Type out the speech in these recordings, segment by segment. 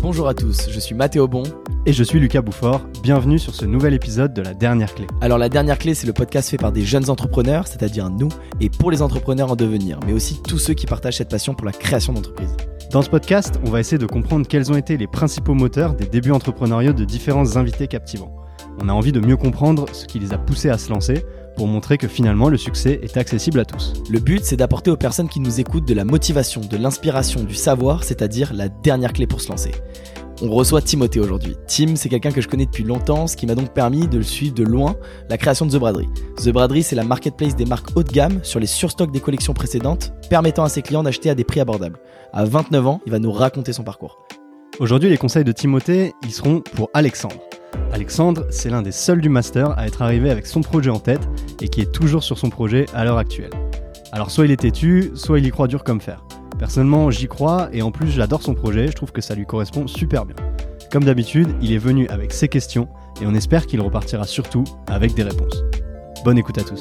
Bonjour à tous, je suis Mathéo Bon. Et je suis Lucas Bouffort, bienvenue sur ce nouvel épisode de La Dernière Clé. Alors La Dernière Clé, c'est le podcast fait par des jeunes entrepreneurs, c'est-à-dire nous, et pour les entrepreneurs en devenir, mais aussi tous ceux qui partagent cette passion pour la création d'entreprises. Dans ce podcast, on va essayer de comprendre quels ont été les principaux moteurs des débuts entrepreneuriaux de différents invités captivants. On a envie de mieux comprendre ce qui les a poussés à se lancer, pour montrer que finalement le succès est accessible à tous. Le but, c'est d'apporter aux personnes qui nous écoutent de la motivation, de l'inspiration, du savoir, c'est-à-dire la dernière clé pour se lancer. On reçoit Timothée aujourd'hui. Tim, c'est quelqu'un que je connais depuis longtemps, ce qui m'a donc permis de le suivre de loin, la création de The Braderie. The Braderie, c'est la marketplace des marques haut de gamme sur les surstocks des collections précédentes, permettant à ses clients d'acheter à des prix abordables. À 29 ans, il va nous raconter son parcours. Aujourd'hui, les conseils de Timothée, ils seront pour Alexandre. Alexandre, c'est l'un des seuls du master à être arrivé avec son projet en tête et qui est toujours sur son projet à l'heure actuelle. Alors soit il est têtu, soit il y croit dur comme fer. Personnellement, j'y crois et en plus j'adore son projet, je trouve que ça lui correspond super bien. Comme d'habitude, il est venu avec ses questions et on espère qu'il repartira surtout avec des réponses. Bonne écoute à tous.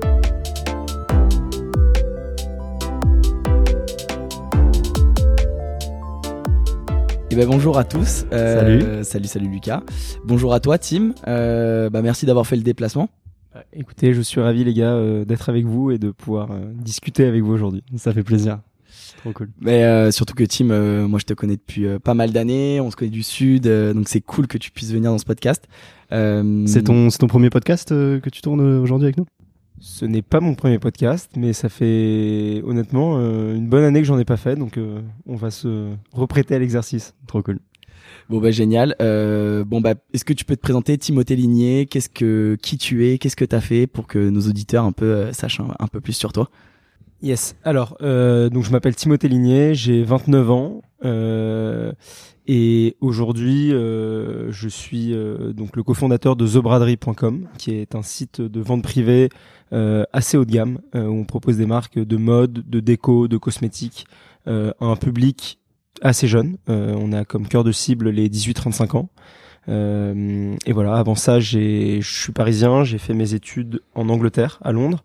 Bonjour à tous. Salut. Salut Lucas. Bonjour à toi Tim. Merci d'avoir fait le déplacement. Écoutez, je suis ravi les gars d'être avec vous et de pouvoir discuter avec vous aujourd'hui. Ça fait plaisir. Trop cool. Mais surtout que Tim, moi je te connais depuis pas mal d'années, on se connaît du Sud, donc c'est cool que tu puisses venir dans ce podcast. C'est ton premier podcast que tu tournes aujourd'hui avec nous ? Ce n'est pas mon premier podcast, mais ça fait honnêtement une bonne année que j'en ai pas fait, donc on va se reprêter à l'exercice. Trop cool. Bon génial. Est-ce que tu peux te présenter, Timothée Ligné, qui tu es, qu'est-ce que tu as fait pour que nos auditeurs un peu sachent un peu plus sur toi? Yes. Alors, donc je m'appelle Timothée Ligné, j'ai 29 ans et aujourd'hui je suis donc le cofondateur de TheBraderie.com, qui est un site de vente privée assez haut de gamme où on propose des marques de mode, de déco, de cosmétiques à un public assez jeune. On a comme cœur de cible les 18-35 ans. Et voilà, avant ça, je suis parisien, j'ai fait mes études en Angleterre, à Londres.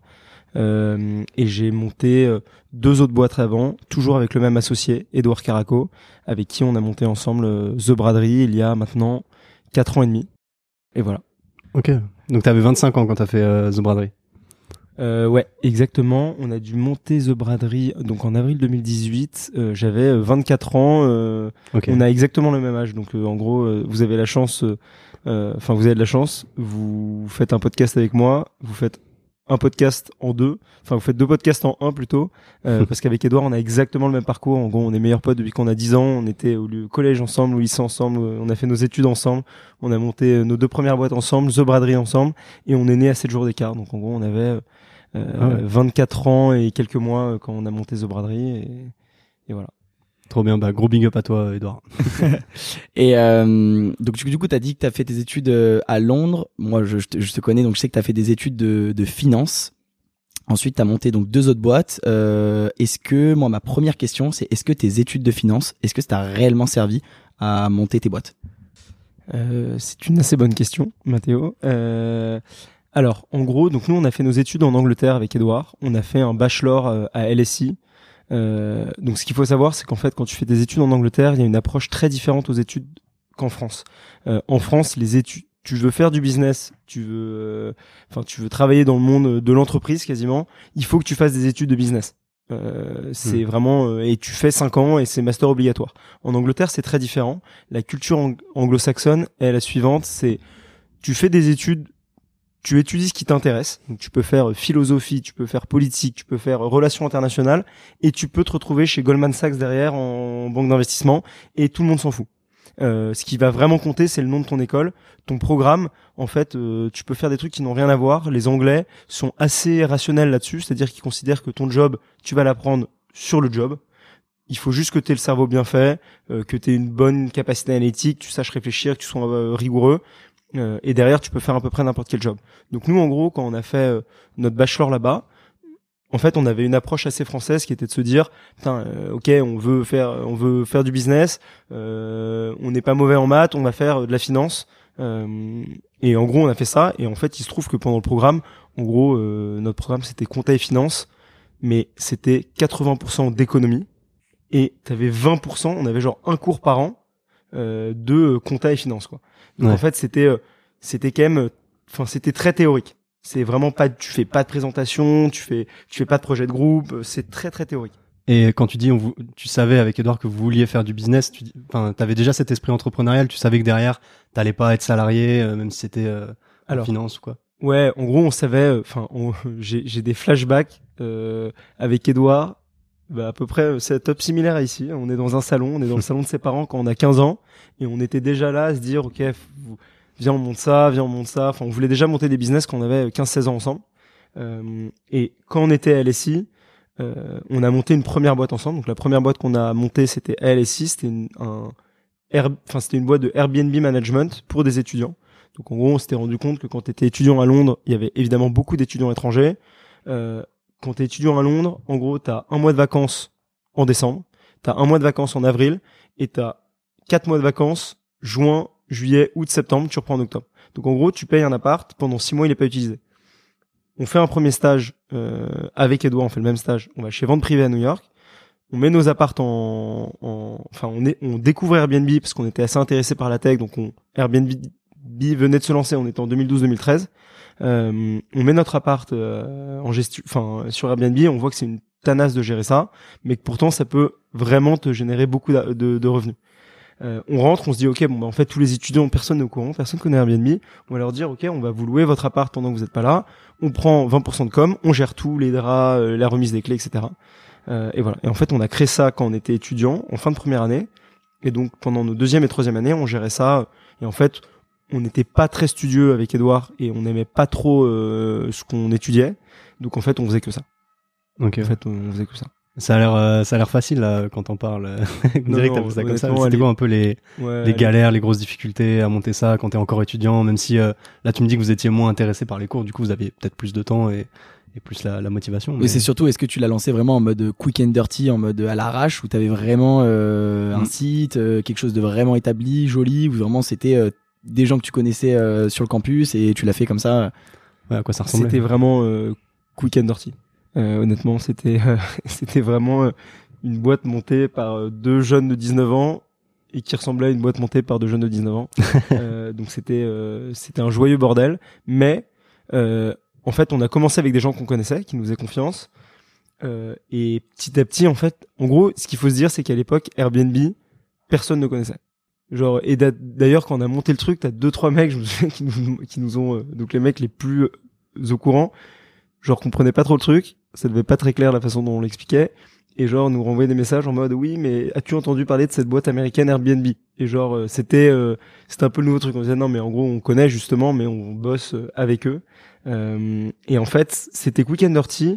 Et j'ai monté 2 autres boîtes avant, toujours avec le même associé, Edouard Caraco, avec qui on a monté ensemble The Braderie il y a maintenant 4 ans et demi. Et voilà. Ok, donc t'avais 25 ans quand t'as fait The Braderie. Ouais, exactement. On a dû monter The Braderie donc en avril 2018. J'avais 24 ans. Okay. On a exactement le même âge. Donc en gros, vous avez la chance. Vous avez de la chance. Vous faites un podcast avec moi. Vous faites un podcast en 2. Enfin, vous faites 2 podcasts en 1 plutôt. Parce qu'avec Edouard, on a exactement le même parcours. En gros, on est meilleurs potes depuis qu'on a 10 ans. On était au collège ensemble, au lycée ensemble. On a fait nos études ensemble. On a monté nos 2 premières boîtes ensemble, The Braderie ensemble. Et on est nés à 7 jours d'écart. Donc en gros, on avait 24 ans et quelques mois quand on a monté The Braderie et voilà. Trop bien, gros big up à toi Edouard. Et donc du coup t'as dit que t'as fait tes études à Londres. Moi je te connais, donc je sais que t'as fait des études de finance. Ensuite t'as monté donc 2 autres boîtes. Ma première question c'est est-ce que tes études de finance, est-ce que ça t'a réellement servi à monter tes boîtes? C'est une assez bonne question, Mathéo. Alors, en gros, donc nous, on a fait nos études en Angleterre avec Edouard. On a fait un bachelor à LSI. Donc, ce qu'il faut savoir, c'est qu'en fait, quand tu fais des études en Angleterre, il y a une approche très différente aux études qu'en France. En France, les études, tu veux faire du business, tu veux travailler dans le monde de l'entreprise quasiment, il faut que tu fasses des études de business. C'est vraiment et tu fais 5 ans et c'est master obligatoire. En Angleterre, c'est très différent. La culture anglo-saxonne est la suivante, c'est tu fais des études. Tu étudies ce qui t'intéresse. Donc, tu peux faire philosophie, tu peux faire politique, tu peux faire relations internationales et tu peux te retrouver chez Goldman Sachs derrière en banque d'investissement et tout le monde s'en fout. Ce qui va vraiment compter, c'est le nom de ton école, ton programme. En fait, tu peux faire des trucs qui n'ont rien à voir. Les Anglais sont assez rationnels là-dessus, c'est-à-dire qu'ils considèrent que ton job, tu vas l'apprendre sur le job. Il faut juste que tu aies le cerveau bien fait, que tu aies une bonne capacité analytique, que tu saches réfléchir, que tu sois rigoureux. Et derrière, tu peux faire à peu près n'importe quel job. Donc nous, en gros, quand on a fait notre bachelor là-bas, en fait, on avait une approche assez française qui était de se dire, ok, on veut faire du business, on n'est pas mauvais en maths, on va faire de la finance. Et en gros, on a fait ça. Et en fait, il se trouve que pendant le programme, en gros, notre programme c'était compta et finance, mais c'était 80% d'économie et t'avais 20%. On avait genre un cours par an de compta et finance, quoi. Donc en fait, c'était quand même, c'était très théorique. C'est vraiment pas, tu fais pas de présentation, tu fais pas de projet de groupe, c'est très très théorique. Et quand tu dis, tu savais avec Edouard que vous vouliez faire du business, t'avais déjà cet esprit entrepreneurial, tu savais que derrière, t'allais pas être salarié, même si c'était en finance ou quoi. Ouais, en gros, on savait, j'ai des flashbacks avec Edouard, à peu près, c'est top similaire à ici. On est dans un salon, on est dans le salon de ses parents quand on a 15 ans, et on était déjà là à se dire, ok, viens on monte ça. Enfin, on voulait déjà monter des business quand on avait 15-16 ans ensemble. Et quand on était à LSI, on a monté une première boîte ensemble. Donc la première boîte qu'on a montée, c'était à LSI, c'était une boîte de Airbnb management pour des étudiants. Donc en gros, on s'était rendu compte que quand tu étais étudiant à Londres, il y avait évidemment beaucoup d'étudiants étrangers. Quand tu es étudiant à Londres, en gros, tu as 1 mois de vacances en décembre, tu as 1 mois de vacances en avril, et tu as 4 mois de vacances, juin, juillet, août, septembre, tu reprends en octobre. Donc en gros, tu payes un appart, pendant 6 mois, il n'est pas utilisé. On fait un premier stage avec Edouard, on fait le même stage, on va chez Vente Privée à New York, on met nos apparts on découvre Airbnb parce qu'on était assez intéressé par la tech, donc Airbnb venait de se lancer, on était en 2012-2013. On met notre appart en gestion, sur Airbnb, on voit que c'est une tanasse de gérer ça, mais que pourtant ça peut vraiment te générer beaucoup de revenus. On rentre, on se dit ok, en fait tous les étudiants, personne n'est au courant, personne connaît Airbnb, on va leur dire ok, on va vous louer votre appart pendant que vous n'êtes pas là, on prend 20% de com, on gère tout, les draps, la remise des clés, etc. Et voilà. Et en fait on a créé ça quand on était étudiant, en fin de première année, et donc pendant nos 2e et 3e années, on gérait ça, et en fait on n'était pas très studieux avec Edouard et on n'aimait pas trop ce qu'on étudiait, donc en fait on faisait que ça. Okay. En fait on faisait que ça. Ça a l'air facile là quand on parle. On dirait que t'as fait ça comme ça. C'était quoi un peu les galères, les grosses difficultés à monter ça quand t'es encore étudiant, même si là tu me dis que vous étiez moins intéressé par les cours, du coup vous aviez peut-être plus de temps et plus la motivation. Mais c'est surtout, est-ce que tu l'as lancé vraiment en mode quick and dirty, en mode à l'arrache, où t'avais vraiment un site, quelque chose de vraiment établi, joli, où vraiment c'était des gens que tu connaissais sur le campus et tu l'as fait comme ça? Ouais, à quoi ça ressemblait? C'était vraiment quick and dirty. Honnêtement, c'était vraiment une boîte montée par 2 jeunes de 19 ans et qui ressemblait à une boîte montée par 2 jeunes de 19 ans. Donc c'était un joyeux bordel, mais en fait, on a commencé avec des gens qu'on connaissait, qui nous faisaient confiance, et petit à petit, en fait, en gros, ce qu'il faut se dire, c'est qu'à l'époque, Airbnb, personne ne connaissait. Genre, et d'ailleurs, quand on a monté le truc, t'as 2-3 mecs, je me souviens, qui nous ont, donc les mecs les plus au courant, genre comprenaient pas trop le truc, ça devait pas très clair la façon dont on l'expliquait, et genre nous renvoyaient des messages en mode oui mais as-tu entendu parler de cette boîte américaine Airbnb, et genre c'était un peu le nouveau truc, on disait non mais en gros on connaît justement mais on bosse avec eux, et en fait c'était quick and dirty,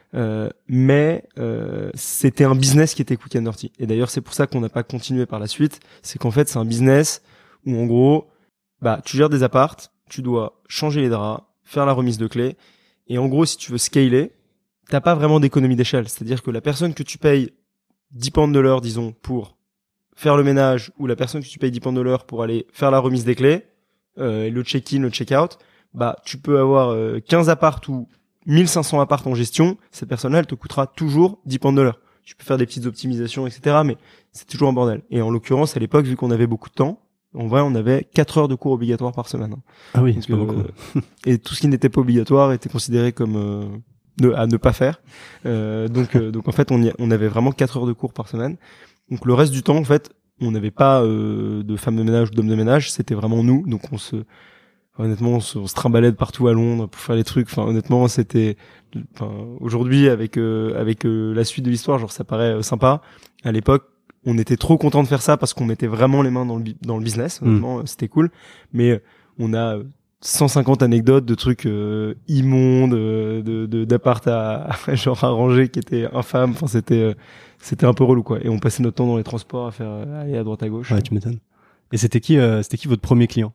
mais c'était un business qui était quick and dirty, et d'ailleurs c'est pour ça qu'on n'a pas continué par la suite, c'est qu'en fait c'est un business où en gros tu gères des apparts, tu dois changer les draps, faire la remise de clés, et en gros si tu veux scaler, t'as pas vraiment d'économie d'échelle. C'est-à-dire que la personne que tu payes 10 pounds de l'heure, disons, pour faire le ménage, ou la personne que tu payes 10 pounds de l'heure pour aller faire la remise des clés, le check-in, le check-out, tu peux avoir 15 apparts ou 1500 apparts en gestion. Cette personne-là, elle te coûtera toujours 10 pounds de l'heure. Tu peux faire des petites optimisations, etc., mais c'est toujours un bordel. Et en l'occurrence, à l'époque, vu qu'on avait beaucoup de temps, en vrai, on avait 4 heures de cours obligatoires par semaine. Ah oui, c'est pas beaucoup. Et tout ce qui n'était pas obligatoire était considéré comme à ne pas faire. Donc en fait, on avait vraiment 4 heures de cours par semaine. Donc le reste du temps, en fait, on n'avait pas de femmes de ménage ou d'hommes de ménage. C'était vraiment nous. Donc on se trimballait de partout à Londres pour faire les trucs. Enfin, honnêtement, c'était, aujourd'hui, avec la suite de l'histoire, genre, ça paraît sympa. À l'époque, on était trop content de faire ça parce qu'on mettait vraiment les mains dans le business. Honnêtement, c'était cool. Mais on a 150 anecdotes de trucs immondes, d'appart à genre à ranger qui étaient infâmes. Enfin, c'était un peu relou, quoi. Et on passait notre temps dans les transports à faire aller à droite à gauche. Ouais, tu m'étonnes. Et c'était qui votre premier client?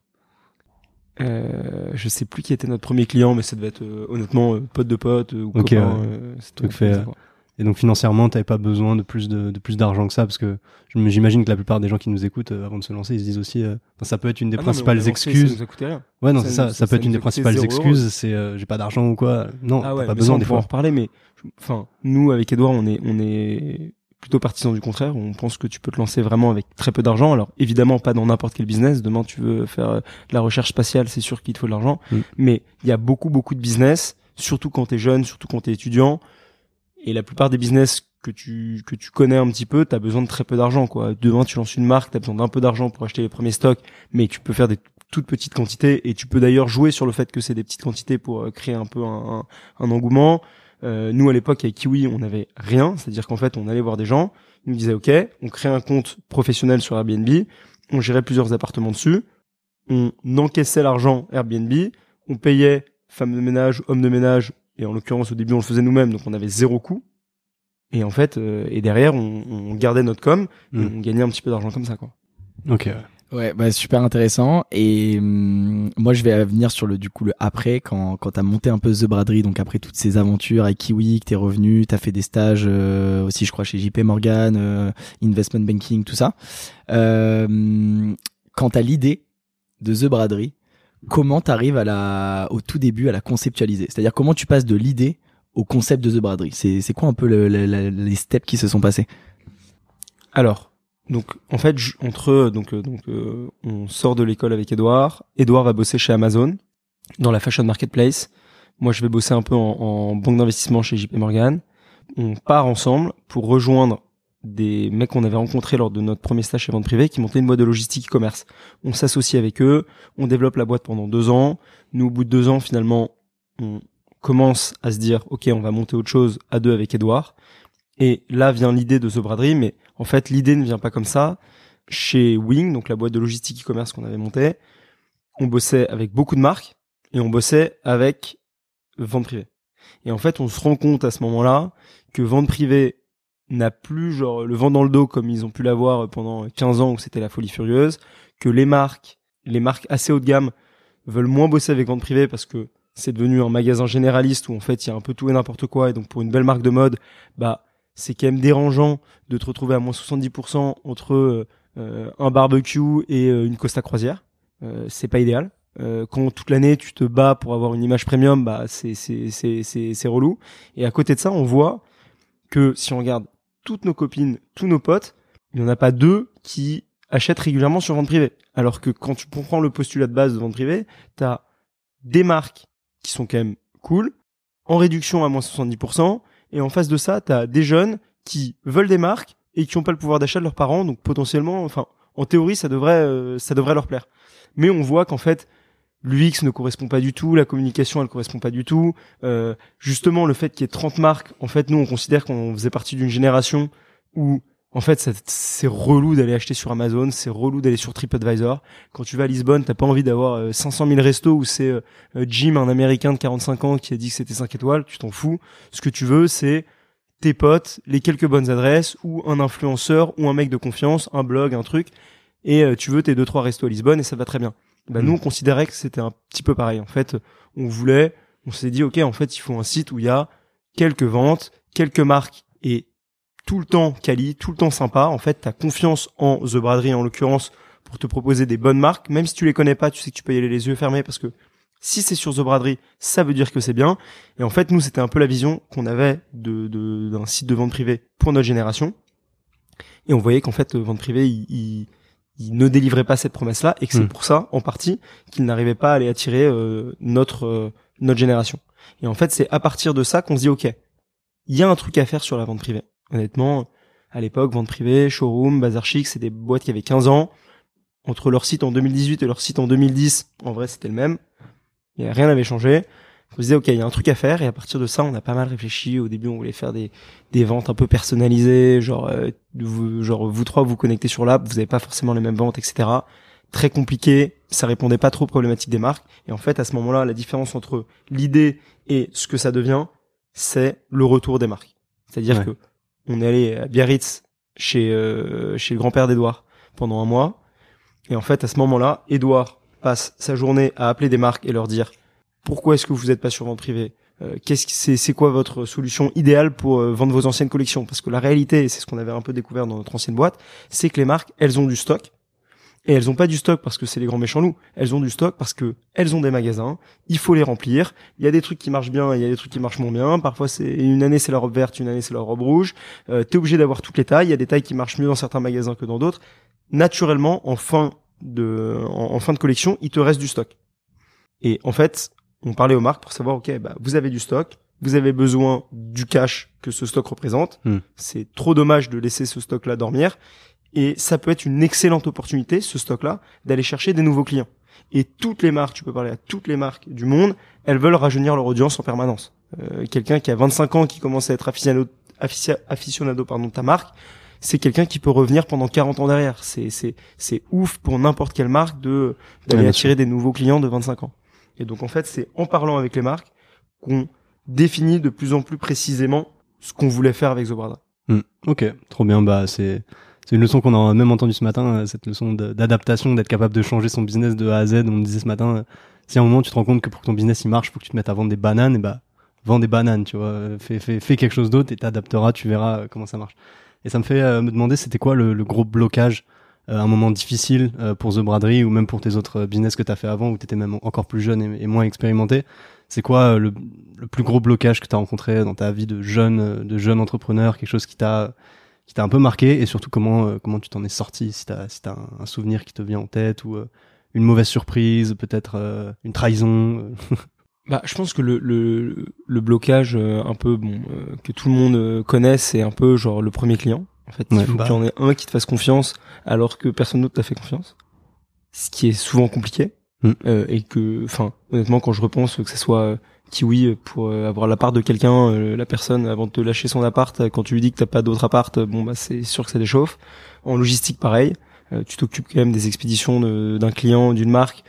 Je sais plus qui était notre premier client, mais ça devait être honnêtement pote de pote ou copain. Truc fait. Et donc financièrement, t'avais pas besoin de plus d'argent que ça, parce que j'imagine que la plupart des gens qui nous écoutent avant de se lancer, ils se disent aussi, ça peut être une des principales excuses. Ça nous a coûté rien. Ouais, non, c'est ça. Ça peut être une des principales excuses, c'est j'ai pas d'argent ou quoi. Non, t'as pas besoin des fois. On peut en reparler, mais enfin, nous avec Edouard, on est plutôt partisan du contraire. On pense que tu peux te lancer vraiment avec très peu d'argent. Alors évidemment pas dans n'importe quel business. Demain tu veux faire de la recherche spatiale, c'est sûr qu'il te faut de l'argent. Mais il y a beaucoup de business, surtout quand t'es jeune, surtout quand t'es étudiant. Et la plupart des business que tu connais un petit peu, t'as besoin de très peu d'argent, quoi. Demain tu lances une marque, t'as besoin d'un peu d'argent pour acheter les premiers stocks, mais tu peux faire des toutes petites quantités, et tu peux d'ailleurs jouer sur le fait que c'est des petites quantités pour créer un peu un engouement. Nous à l'époque avec Kiwi on n'avait rien, c'est-à-dire qu'en fait on allait voir des gens, ils nous disaient ok, on crée un compte professionnel sur Airbnb, on gérait plusieurs appartements dessus, on encaissait l'argent Airbnb, on payait femme de ménage, homme de ménage, et en l'occurrence au début on le faisait nous-mêmes, donc on avait 0 coût. Et en fait, et derrière, on gardait notre com, et on gagnait un petit peu d'argent comme ça, quoi. Ok. Ouais, bah super intéressant. Et moi, je vais venir sur le après, quand t'as monté un peu The Braderie, donc après toutes ces aventures avec Kiwi, que t'es revenu, t'as fait des stages aussi, je crois, chez JP Morgan, investment banking, tout ça. Quand t'as l'idée de The Braderie, comment t'arrives au tout début à la conceptualiser? C'est-à-dire comment tu passes de l'idée au concept de The Braderie? C'est quoi un peu les steps qui se sont passés? Alors, donc en fait, on sort de l'école avec Edouard. Edouard va bosser chez Amazon dans la fashion marketplace. Moi, je vais bosser un peu en banque d'investissement chez JP Morgan. On part ensemble pour rejoindre des mecs qu'on avait rencontrés lors de notre premier stage chez Vente Privée qui montaient une boîte de logistique e-commerce. On s'associe avec eux, on développe la boîte pendant 2 ans. Nous, au bout de 2 ans, finalement, on commence à se dire ok, on va monter autre chose à 2 avec Edouard, et là vient l'idée de The Braderie. Mais en fait l'idée ne vient pas comme ça. Chez Wing, donc la boîte de logistique e-commerce qu'on avait montée, on bossait avec beaucoup de marques et on bossait avec Vente Privée, et en fait on se rend compte à ce moment-là que Vente Privée n'a plus genre le vent dans le dos comme ils ont pu l'avoir pendant 15 ans où c'était la folie furieuse, que les marques assez haut de gamme veulent moins bosser avec Vente Privée parce que c'est devenu un magasin généraliste où en fait il y a un peu tout et n'importe quoi, et donc pour une belle marque de mode, bah c'est quand même dérangeant de te retrouver à moins 70% entre un barbecue et une Costa croisière. C'est pas idéal. Quand toute l'année tu te bats pour avoir une image premium, bah c'est relou. Et à côté de ça, on voit que si on regarde toutes nos copines, tous nos potes, il y en a pas 2 qui achètent régulièrement sur Vente Privée. Alors que quand tu comprends le postulat de base de Vente Privée, t'as des marques qui sont quand même cool, en réduction à moins 70%, et en face de ça, t'as des jeunes qui veulent des marques et qui n'ont pas le pouvoir d'achat de leurs parents, donc potentiellement, enfin, en théorie, ça devrait leur plaire. Mais on voit qu'en fait, l'UX ne correspond pas du tout, la communication, elle correspond pas du tout. Justement, le fait qu'il y ait 30 marques, en fait, nous, on considère qu'on faisait partie d'une génération où en fait, c'est relou d'aller acheter sur Amazon, c'est relou d'aller sur TripAdvisor. Quand tu vas à Lisbonne, t'as pas envie d'avoir 500 000 restos où c'est Jim, un Américain de 45 ans qui a dit que c'était 5 étoiles, tu t'en fous. Ce que tu veux, c'est tes potes, les quelques bonnes adresses, ou un influenceur, ou un mec de confiance, un blog, un truc, et tu veux tes 2-3 restos à Lisbonne, et ça va très bien. Bah, nous, on considérait que c'était un petit peu pareil. En fait, on s'est dit, ok, en fait, il faut un site où il y a quelques ventes, quelques marques, et tout le temps quali, tout le temps sympa. En fait, t'as confiance en The Braderie en l'occurrence pour te proposer des bonnes marques. Même si tu les connais pas, tu sais que tu peux y aller les yeux fermés parce que si c'est sur The Braderie, ça veut dire que c'est bien. Et en fait, nous, c'était un peu la vision qu'on avait d'un site de vente privée pour notre génération. Et on voyait qu'en fait, vente privée, il ne délivrait pas cette promesse-là, et que c'est pour ça, en partie, qu'il n'arrivait pas à aller attirer notre génération. Et en fait, c'est à partir de ça qu'on se dit, ok, il y a un truc à faire sur la vente privée. Honnêtement, à l'époque, Vente Privée, Showroom, Bazar Chic, c'est des boîtes qui avaient 15 ans. Entre leur site en 2018 et leur site en 2010, en vrai, c'était le même. Rien n'avait changé. On se disait, ok, il y a un truc à faire, et à partir de ça, on a pas mal réfléchi. Au début, on voulait faire des ventes un peu personnalisées, genre vous 3 vous connectez sur l'app, vous avez pas forcément les mêmes ventes, etc. Très compliqué, ça répondait pas trop aux problématiques des marques. Et en fait, à ce moment-là, la différence entre l'idée et ce que ça devient, c'est le retour des marques. C'est-à-dire que on est allé à Biarritz chez le grand-père d'Edouard pendant 1 mois, et en fait, à ce moment-là, Edouard passe sa journée à appeler des marques et leur dire pourquoi est-ce que vous n'êtes pas sur Vente Privée, c'est quoi votre solution idéale pour vendre vos anciennes collections, parce que la réalité, et c'est ce qu'on avait un peu découvert dans notre ancienne boîte, c'est que les marques, elles ont du stock, Et elles ont pas du stock parce que c'est les grands méchants loups. Elles ont du stock parce que elles ont des magasins. Il faut les remplir. Il y a des trucs qui marchent bien, il y a des trucs qui marchent moins bien. Parfois, une année c'est la robe verte, une année c'est la robe rouge. T'es obligé d'avoir toutes les tailles. Il y a des tailles qui marchent mieux dans certains magasins que dans d'autres. Naturellement, en fin de collection, il te reste du stock. Et en fait, on parlait aux marques pour savoir, ok, vous avez du stock, vous avez besoin du cash que ce stock représente. C'est trop dommage de laisser ce stock-là dormir. Et ça peut être une excellente opportunité, ce stock-là, d'aller chercher des nouveaux clients. Et toutes les marques, tu peux parler à toutes les marques du monde, elles veulent rajeunir leur audience en permanence. Quelqu'un qui a 25 ans, qui commence à être aficionado de ta marque, c'est quelqu'un qui peut revenir pendant 40 ans derrière. C'est ouf pour n'importe quelle marque d'aller attirer des nouveaux clients de 25 ans. Et donc en fait, c'est en parlant avec les marques qu'on définit de plus en plus précisément ce qu'on voulait faire avec The Bradra. Ok, trop bien. C'est une leçon qu'on a même entendue ce matin, cette leçon d'adaptation, d'être capable de changer son business de A à Z. On me disait ce matin, si à un moment tu te rends compte que pour que ton business il marche, faut que tu te mettes à vendre des bananes, et vends des bananes, tu vois. Fais quelque chose d'autre et t'adapteras, tu verras comment ça marche. Et ça me fait me demander, c'était quoi le gros blocage, un moment difficile pour The Braderie ou même pour tes autres business que t'as fait avant où t'étais même encore plus jeune et moins expérimenté. C'est quoi le plus gros blocage que t'as rencontré dans ta vie de jeune entrepreneur, quelque chose qui t'a un peu marqué, et surtout comment tu t'en es sorti, si t'as un souvenir qui te vient en tête, ou une mauvaise surprise, peut-être une trahison. Je pense que le blocage un peu que tout le monde connaît, c'est un peu genre le premier client. En fait, il faut qu'il y en ait un qui te fasse confiance alors que personne d'autre t'a fait confiance. Ce qui est souvent compliqué. Et que, honnêtement, quand je repense que ce soit Kiwi pour avoir la part de quelqu'un, la personne avant de te lâcher son appart, quand tu lui dis que t'as pas d'autre appart, c'est sûr que ça déchauffe. En logistique, pareil. Tu t'occupes quand même des expéditions d'un client, d'une marque.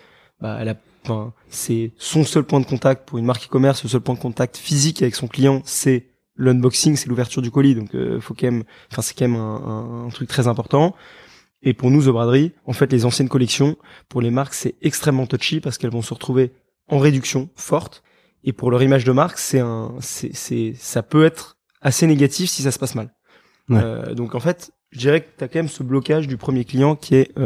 C'est son seul point de contact pour une marque e-commerce. Le seul point de contact physique avec son client, c'est l'unboxing, c'est l'ouverture du colis. Donc, c'est quand même un truc très important. Et pour nous, The Braderie, en fait, les anciennes collections, pour les marques, c'est extrêmement touchy parce qu'elles vont se retrouver en réduction forte. Et pour leur image de marque, ça peut être assez négatif si ça se passe mal. Ouais. Donc en fait, je dirais que t'as quand même ce blocage du premier client qui est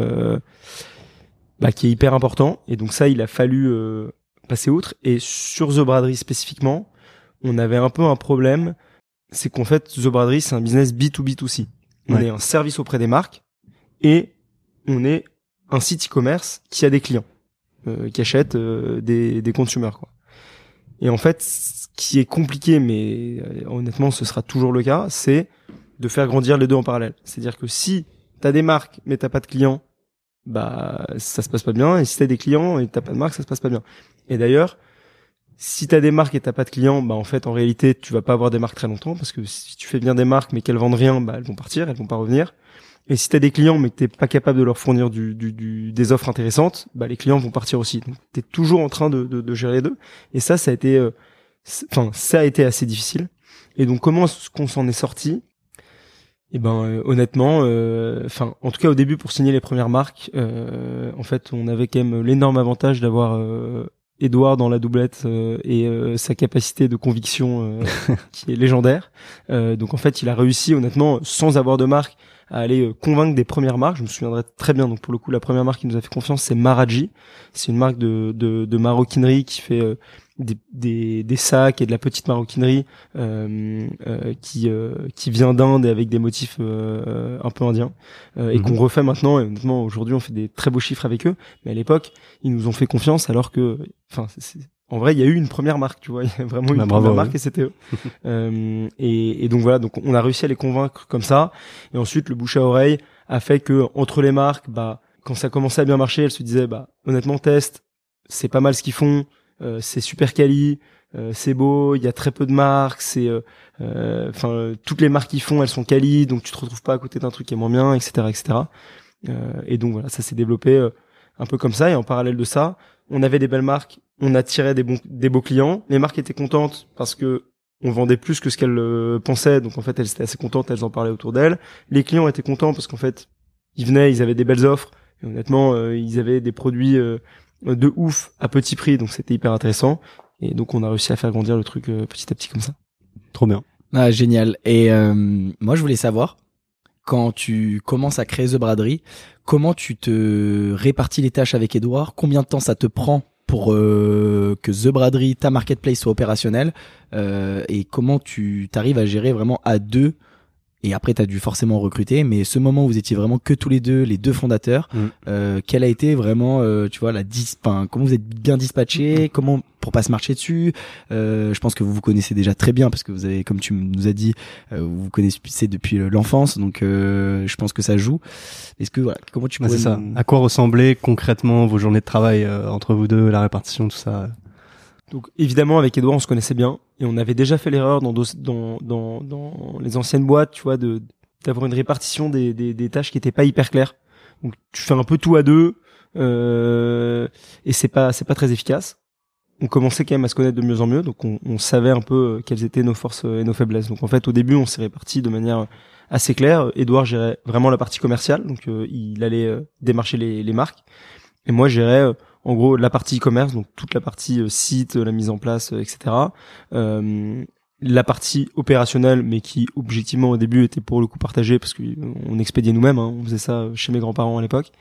hyper important. Et donc ça, il a fallu passer outre. Et sur The Braderie spécifiquement, on avait un peu un problème. C'est qu'en fait, The Braderie, c'est un business B2B2C. On est un service auprès des marques. Et on est un site e-commerce qui a des clients, qui achètent des consommateurs, quoi. Et en fait, ce qui est compliqué, mais honnêtement, ce sera toujours le cas, c'est de faire grandir les deux en parallèle. C'est-à-dire que si t'as des marques, mais t'as pas de clients, ça se passe pas bien. Et si t'as des clients et t'as pas de marque, ça se passe pas bien. Et d'ailleurs, si t'as des marques et t'as pas de clients, en fait, en réalité, tu vas pas avoir des marques très longtemps parce que si tu fais bien des marques, mais qu'elles vendent rien, elles vont partir, elles vont pas revenir. Et si t'as des clients mais que t'es pas capable de leur fournir des offres intéressantes, les clients vont partir aussi. Donc t'es toujours en train de gérer les deux. Et ça a été assez difficile. Et donc comment est-ce qu'on s'en est sorti ? Honnêtement, en tout cas au début pour signer les premières marques, en fait on avait quand même l'énorme avantage d'avoir Edouard dans la doublette et sa capacité de conviction qui est légendaire. Donc en fait il a réussi honnêtement sans avoir de marque à aller convaincre des premières marques. Je me souviendrai très bien. Donc pour le coup, la première marque qui nous a fait confiance, c'est Maraji. C'est une marque de maroquinerie qui fait des sacs et de la petite maroquinerie qui vient d'Inde et avec des motifs un peu indiens et qu'on refait maintenant. Et honnêtement, aujourd'hui, on fait des très beaux chiffres avec eux. Mais à l'époque, ils nous ont fait confiance alors que, en vrai, il y a eu une première marque, tu vois. Il y a vraiment une première marque et c'était eux. Et donc voilà, donc on a réussi à les convaincre comme ça. Et ensuite, le bouche à oreille a fait que entre les marques, quand ça commençait à bien marcher, elles se disaient, honnêtement, test, c'est pas mal ce qu'ils font, c'est super quali, c'est beau, il y a très peu de marques, toutes les marques qu'ils font, elles sont quali, donc tu te retrouves pas à côté d'un truc qui est moins bien, etc., etc. Et donc voilà, ça s'est développé un peu comme ça. Et en parallèle de ça, on avait des belles marques, on attirait des beaux clients. Les marques étaient contentes parce que on vendait plus que ce qu'elles pensaient. Donc en fait, elles étaient assez contentes, elles en parlaient autour d'elles. Les clients étaient contents parce qu'en fait, ils venaient, ils avaient des belles offres. Et honnêtement, ils avaient des produits de ouf à petit prix. Donc c'était hyper intéressant. Et donc on a réussi à faire grandir le truc petit à petit comme ça. Trop bien. Ah, génial. Et moi, je voulais savoir quand tu commences à créer The Braderie, comment tu te répartis les tâches avec Edouard? Combien de temps ça te prend pour que The Braderie, ta marketplace, soit opérationnelle, et comment tu t'arrives à gérer vraiment à deux? Et après, tu as dû forcément recruter, mais ce moment où vous étiez vraiment que tous les deux fondateurs, quelle a été vraiment, tu vois, comment vous êtes bien dispatchés, comment, pour pas se marcher dessus. Je pense que vous vous connaissez déjà très bien parce que vous avez, comme tu nous as dit, vous vous connaissez depuis l'enfance, donc je pense que ça joue. Est-ce que voilà, comment tu pourrais c'est ça. À quoi ressemblaient concrètement vos journées de travail entre vous deux, la répartition, tout ça? Donc évidemment avec Edouard on se connaissait bien et on avait déjà fait l'erreur dans les anciennes boîtes, tu vois, d'avoir une répartition des tâches qui étaient pas hyper claires. Donc tu fais un peu tout à deux et c'est pas très efficace. On commençait quand même à se connaître de mieux en mieux, donc on savait un peu quelles étaient nos forces et nos faiblesses. Donc en fait au début on s'est répartis de manière assez claire. Edouard gérait vraiment la partie commerciale, donc il allait démarcher les marques et moi gérais en gros la partie e-commerce, donc toute la partie site, la mise en place, etc. La partie opérationnelle, mais qui objectivement au début était pour le coup partagée parce qu'on expédiait nous-mêmes, hein, on faisait ça chez mes grands-parents à l'époque.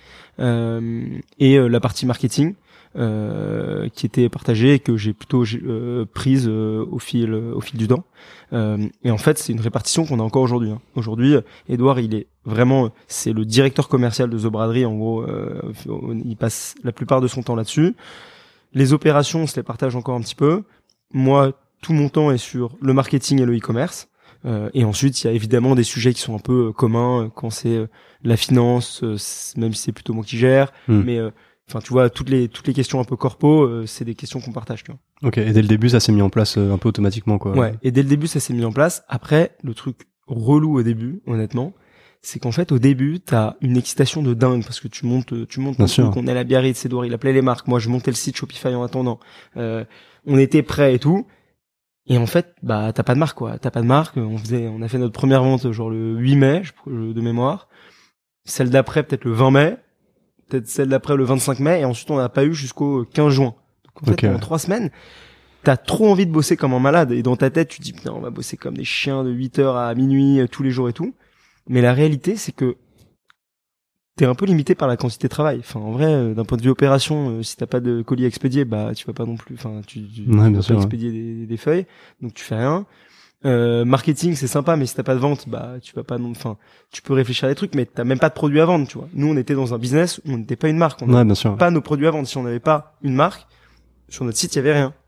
Et la partie marketing qui était partagée et que j'ai plutôt prise au fil du temps. Et en fait, c'est une répartition qu'on a encore aujourd'hui. Hein. Aujourd'hui, Edouard, c'est le directeur commercial de The Braderie. En gros, il passe la plupart de son temps là-dessus. Les opérations, on se les partage encore un petit peu. Moi, tout mon temps est sur le marketing et le e-commerce. Et ensuite, il y a évidemment des sujets qui sont un peu communs quand c'est la finance, même si c'est plutôt moi qui gère. Mais enfin, tu vois, toutes les questions un peu corpo, c'est des questions qu'on partage, tu vois. Ok, et dès le début, ça s'est mis en place un peu automatiquement, quoi. Ouais, et dès le début, ça s'est mis en place. Après, le truc relou au début, honnêtement, c'est qu'en fait, au début, t'as une excitation de dingue parce que tu montes ton truc, on est à la Biarritz, Edouard, il appelait les marques. Moi, je montais le site Shopify en attendant. On était prêts et tout. Et en fait, bah, t'as pas de marque, quoi. T'as pas de marque. On a fait notre première vente, genre le 8 mai, de mémoire. Celle d'après, peut-être le 20 mai. Peut-être celle d'après le 25 mai, et ensuite on n'a pas eu jusqu'au 15 juin. Donc en fait, pendant 3 semaines, t'as trop envie de bosser comme un malade, et dans ta tête, tu te dis, putain, on va bosser comme des chiens de 8h à minuit, tous les jours et tout. Mais la réalité, c'est que t'es un peu limité par la quantité de travail. Enfin, en vrai, d'un point de vue opération, si t'as pas de colis à expédier, bah, tu vas pas non plus, enfin, tu vas pas expédier des feuilles, donc tu fais rien. Marketing, c'est sympa, mais si t'as pas de vente, bah tu vas pas, enfin, tu peux réfléchir à des trucs, mais t'as même pas de produits à vendre, tu vois. Nous, on était dans un business où on n'était pas une marque, on n'avait pas nos produits à vendre. Si on n'avait pas une marque, sur notre site, il y avait rien.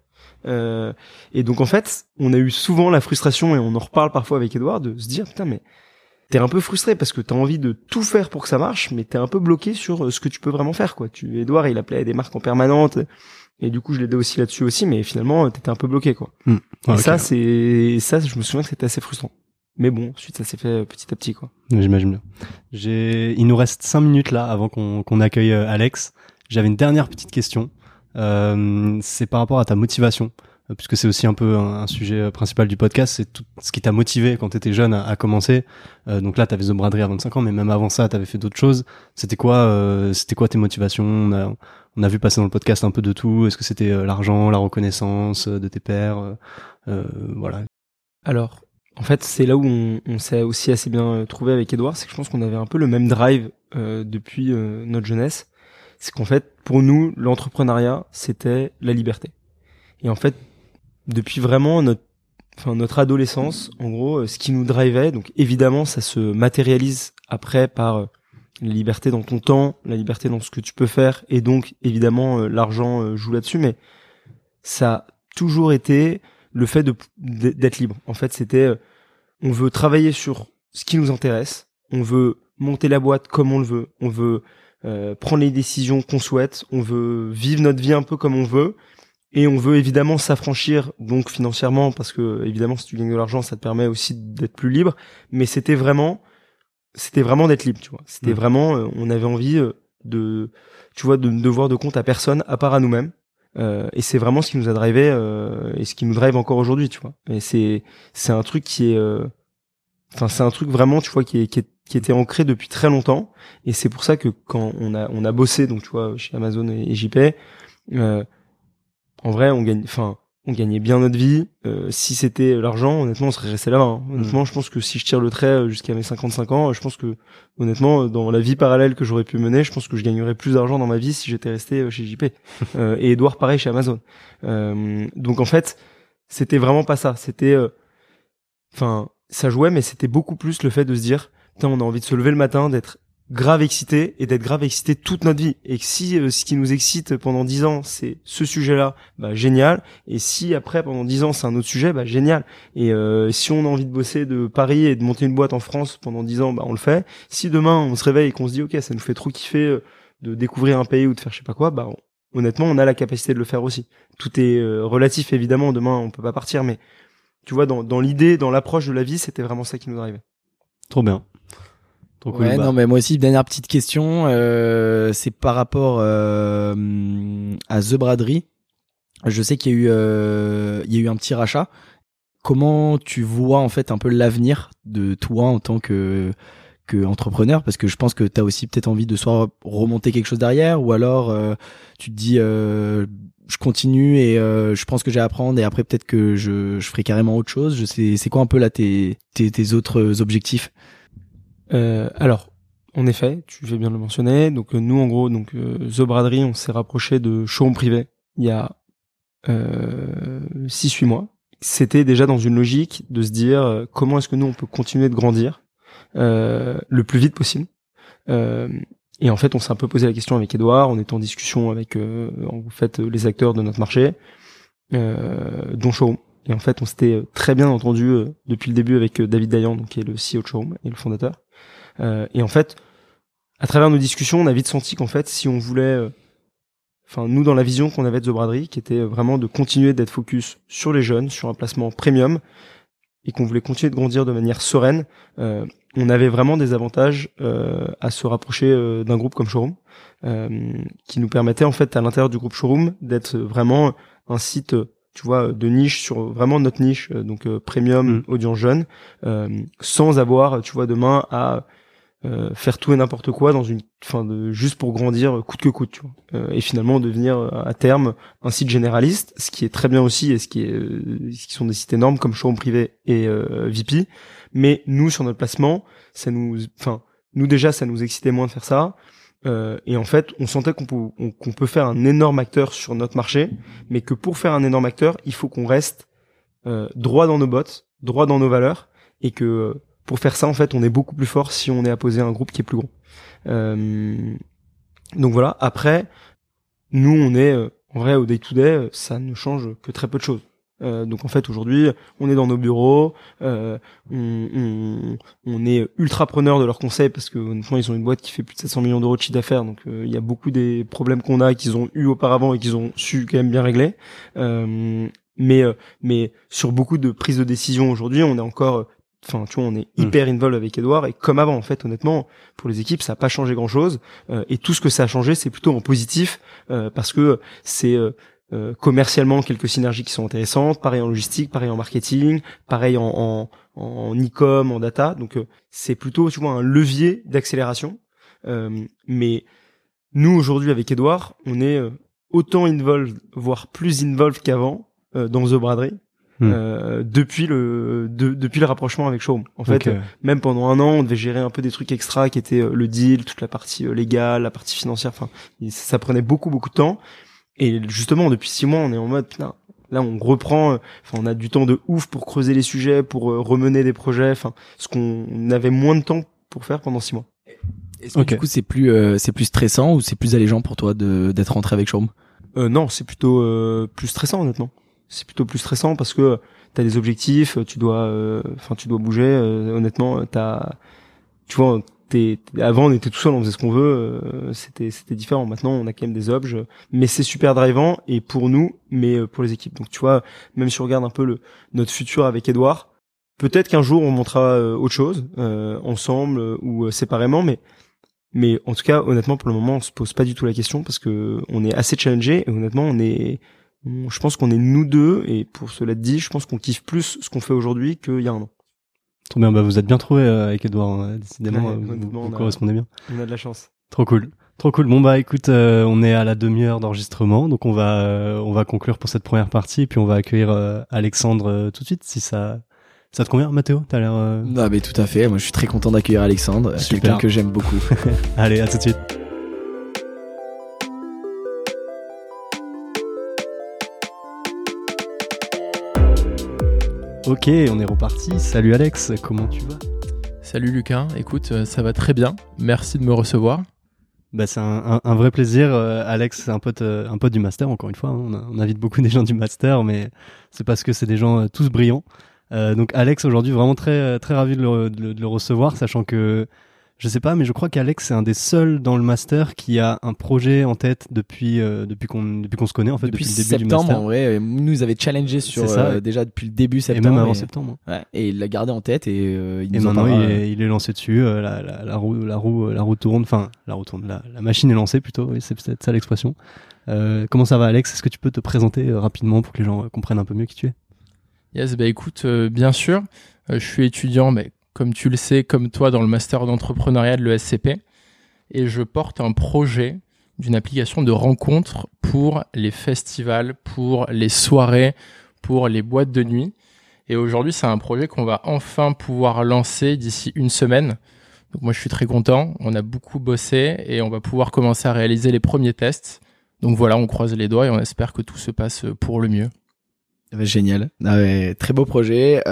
Et donc en fait, on a eu souvent la frustration, et on en reparle parfois avec Edouard, de se dire putain, mais t'es un peu frustré parce que t'as envie de tout faire pour que ça marche, mais t'es un peu bloqué sur ce que tu peux vraiment faire, quoi. Edouard, il appelait des marques en permanente. Et du coup, je l'aidais aussi là-dessus aussi, mais finalement, t'étais un peu bloqué, quoi. Ouais, et ça, je me souviens que c'était assez frustrant. Mais bon, ensuite, ça s'est fait petit à petit, quoi. J'imagine bien. Il nous reste 5 minutes là avant qu'on accueille Alex. J'avais une dernière petite question. C'est par rapport à ta motivation, puisque c'est aussi un peu un sujet principal du podcast. C'est tout ce qui t'a motivé quand t'étais jeune à commencer. Donc là, t'avais The Braderie à 25 ans, mais même avant ça, t'avais fait d'autres choses. C'était quoi tes motivations? On a vu passer dans le podcast un peu de tout. Est-ce que c'était l'argent, la reconnaissance de tes pairs, voilà. Alors, en fait, c'est là où on s'est aussi assez bien trouvé avec Edouard, c'est que je pense qu'on avait un peu le même drive depuis notre jeunesse. C'est qu'en fait, pour nous, l'entrepreneuriat, c'était la liberté. Et en fait, depuis vraiment notre adolescence, en gros, ce qui nous drivait, donc évidemment, ça se matérialise après par la liberté dans ton temps, la liberté dans ce que tu peux faire, et donc évidemment l'argent joue là-dessus, mais ça a toujours été le fait d'être libre. En fait, c'était on veut travailler sur ce qui nous intéresse, on veut monter la boîte comme on le veut, on veut prendre les décisions qu'on souhaite, on veut vivre notre vie un peu comme on veut, et on veut évidemment s'affranchir donc financièrement, parce que évidemment si tu gagnes de l'argent ça te permet aussi d'être plus libre, mais c'était vraiment d'être libre, tu vois. C'était vraiment, on avait envie de ne devoir de compte à personne à part à nous-mêmes. Et c'est vraiment ce qui nous a drivé et ce qui nous drive encore aujourd'hui, tu vois. Et c'est un truc qui est, c'est un truc vraiment, tu vois, qui était ancré depuis très longtemps. Et c'est pour ça que quand on a bossé, donc tu vois, chez Amazon et JP, en vrai, on gagne, on gagnait bien notre vie. Si c'était l'argent, honnêtement, on serait resté là-bas. Hein. Honnêtement, je pense que si je tire le trait jusqu'à mes 55 ans, je pense que, honnêtement, dans la vie parallèle que j'aurais pu mener, je pense que je gagnerais plus d'argent dans ma vie si j'étais resté chez JP. Et Edouard, pareil, chez Amazon. Donc, en fait, c'était vraiment pas ça. C'était, ça jouait, mais c'était beaucoup plus le fait de se dire, putain, on a envie de se lever le matin, d'être grave excité et d'être grave excité toute notre vie, et que si ce qui nous excite pendant 10 ans c'est ce sujet-là, bah génial, et si après pendant 10 ans c'est un autre sujet, bah génial, et si on a envie de bosser de Paris et de monter une boîte en France pendant 10 ans, bah on le fait. Si demain on se réveille et qu'on se dit ok, ça nous fait trop kiffer de découvrir un pays ou de faire je sais pas quoi, bah honnêtement on a la capacité de le faire aussi. Tout est relatif évidemment, demain on peut pas partir, mais tu vois, dans l'idée, dans l'approche de la vie, c'était vraiment ça qui nous arrivait. Trop bien. Trop cool. Ouais, non, mais moi aussi, dernière petite question, c'est par rapport à The Braderie. Je sais qu'il y a eu un petit rachat. Comment tu vois en fait un peu l'avenir de toi en tant que entrepreneur, parce que je pense que tu as aussi peut-être envie de soit remonter quelque chose derrière, ou alors tu te dis je continue et je pense que j'ai à apprendre, et après peut-être que je ferai carrément autre chose. C'est quoi un peu là tes autres objectifs? Alors, en effet, tu fais bien de le mentionner. Donc nous, en gros, The Braderie, on s'est rapproché de Showroom Privé il y a 6-8 mois. C'était déjà dans une logique de se dire comment est-ce que nous on peut continuer de grandir le plus vite possible. Et en fait, on s'est un peu posé la question avec Edouard. On était en discussion avec en fait les acteurs de notre marché, dont Showroom. Et en fait, on s'était très bien entendu depuis le début avec David Dayan, donc qui est le CEO de Showroom et le fondateur. Et en fait, à travers nos discussions, on a vite senti qu'en fait, si on voulait, nous dans la vision qu'on avait de The Braderie, qui était vraiment de continuer d'être focus sur les jeunes, sur un placement premium, et qu'on voulait continuer de grandir de manière sereine, on avait vraiment des avantages à se rapprocher d'un groupe comme Showroom, qui nous permettait en fait à l'intérieur du groupe Showroom d'être vraiment un site, tu vois, de niche sur vraiment notre niche, donc premium, audience jeune, sans avoir, tu vois, demain à faire tout et n'importe quoi dans juste pour grandir coûte que coûte, tu vois, et finalement devenir à terme un site généraliste, ce qui est très bien aussi, et ce qui sont des sites énormes comme Showroom Privé et VP. Mais nous, sur notre placement, nous déjà, ça nous excitait moins de faire ça. Et en fait, on sentait qu'on peut faire un énorme acteur sur notre marché, mais que pour faire un énorme acteur, il faut qu'on reste droit dans nos bottes, droit dans nos valeurs, et que pour faire ça, en fait, on est beaucoup plus fort si on est apposé à un groupe qui est plus gros. Donc voilà. Après, nous, on est en vrai au day-to-day, ça ne change que très peu de choses. Donc en fait aujourd'hui on est dans nos bureaux, on est ultra preneur de leurs conseils, parce que honnêtement ils ont une boîte qui fait plus de 700 millions d'euros de chiffre d'affaires, donc il y a beaucoup des problèmes qu'on a qu'ils ont eu auparavant et qu'ils ont su quand même bien régler, mais sur beaucoup de prises de décision aujourd'hui on est encore tu vois, on est hyper involved avec Edouard, et comme avant en fait honnêtement pour les équipes ça a pas changé grand chose, et tout ce que ça a changé c'est plutôt en positif, parce que c'est commercialement quelques synergies qui sont intéressantes, pareil en logistique, pareil en marketing, pareil en e-com, en data, donc c'est plutôt, tu vois, un levier d'accélération, mais nous aujourd'hui avec Edouard on est autant involved, voire plus involved qu'avant dans The Braderie, depuis le rapprochement avec Showroom. En fait, même pendant un an, on devait gérer un peu des trucs extra qui étaient le deal, toute la partie légale, la partie financière, ça prenait beaucoup de temps. Et justement, depuis 6 mois, on est en mode, putain, là, on reprend, on a du temps de ouf pour creuser les sujets, pour remener des projets, ce qu'on avait moins de temps pour faire pendant 6 mois. Est-ce que du coup, c'est plus stressant ou c'est plus allégeant pour toi d'être rentré avec Showroom? Non, c'est plutôt plus stressant, honnêtement. C'est plutôt plus stressant parce que t'as des objectifs, tu dois bouger, honnêtement, tu vois, avant on était tout seul, on faisait ce qu'on veut, c'était différent. Maintenant on a quand même des objets, mais c'est super drivant, et pour nous, mais pour les équipes. Donc tu vois, même si on regarde un peu notre futur avec Edouard, peut-être qu'un jour on montera autre chose ensemble ou séparément, mais en tout cas honnêtement pour le moment on se pose pas du tout la question, parce que on est assez challengé, et honnêtement je pense qu'on est nous deux, et pour cela dit, je pense qu'on kiffe plus ce qu'on fait aujourd'hui qu'il y a un an. Trop bien, vous êtes bien trouvé avec Edouard, décidément, vous correspondez bien. On a de la chance. Trop cool. Trop cool. Bon bah écoute, on est à la demi-heure d'enregistrement, donc on va conclure pour cette première partie, puis on va accueillir Alexandre tout de suite, si ça te convient. Mathéo, t'as l'air... Non mais tout à fait, moi je suis très content d'accueillir Alexandre, Super. quelqu'un que j'aime beaucoup. Allez, à tout de suite. Ok, on est reparti. Salut Alex, comment tu vas ? Salut Lucas, écoute, ça va très bien, merci de me recevoir. Bah c'est un vrai plaisir. Alex, c'est un pote du master, encore une fois. Hein. On invite beaucoup des gens du master, mais c'est parce que c'est des gens tous brillants. Donc Alex, aujourd'hui, vraiment très, très ravi de le recevoir, sachant que, je sais pas, mais je crois qu'Alex, c'est un des seuls dans le master qui a un projet en tête depuis qu'on se connaît, en fait, depuis le début septembre, du master. en vrai, il nous avait challengé sur C'est ça. déjà depuis le début septembre. Et même avant septembre. Ouais, et il l'a gardé en tête et il Et nous en maintenant, parlera. il est lancé dessus. La roue tourne. Enfin, la roue tourne. La machine est lancée plutôt. Oui, c'est peut-être ça l'expression. Comment ça va, Alex ? Est-ce que tu peux te présenter rapidement pour que les gens comprennent un peu mieux qui tu es ? Yes, bah écoute, bien sûr, je suis étudiant, mais comme tu le sais, comme toi, dans le master d'entrepreneuriat de l'ESCP, et je porte un projet d'une application de rencontre pour les festivals, pour les soirées, pour les boîtes de nuit. Et aujourd'hui, c'est un projet qu'on va enfin pouvoir lancer d'ici une semaine. Donc moi, je suis très content. On a beaucoup bossé et on va pouvoir commencer à réaliser les premiers tests. Donc voilà, on croise les doigts et on espère que tout se passe pour le mieux. Génial. Ah ouais, très beau projet.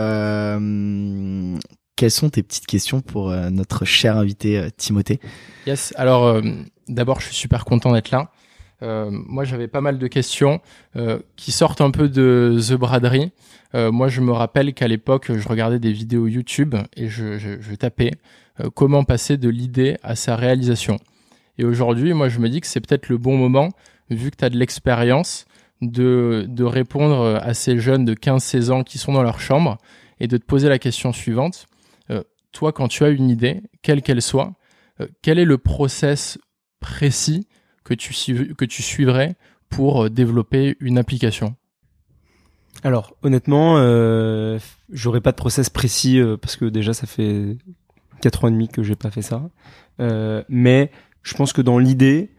Quelles sont tes petites questions pour notre cher invité Timothée ? Yes, alors d'abord je suis super content d'être là. Moi j'avais pas mal de questions qui sortent un peu de The Braderie. Moi je me rappelle qu'à l'époque je regardais des vidéos YouTube et je tapais comment passer de l'idée à sa réalisation. Et aujourd'hui moi je me dis que c'est peut-être le bon moment, vu que tu as de l'expérience, de répondre à ces jeunes de 15-16 ans qui sont dans leur chambre et de te poser la question suivante. Toi, quand tu as une idée, quelle qu'elle soit, quel est le process précis que tu suivrais pour développer une application ? Alors, honnêtement, j'aurais pas de process précis parce que déjà, ça fait 4 ans et demi que j'ai pas fait ça. Mais je pense que dans l'idée,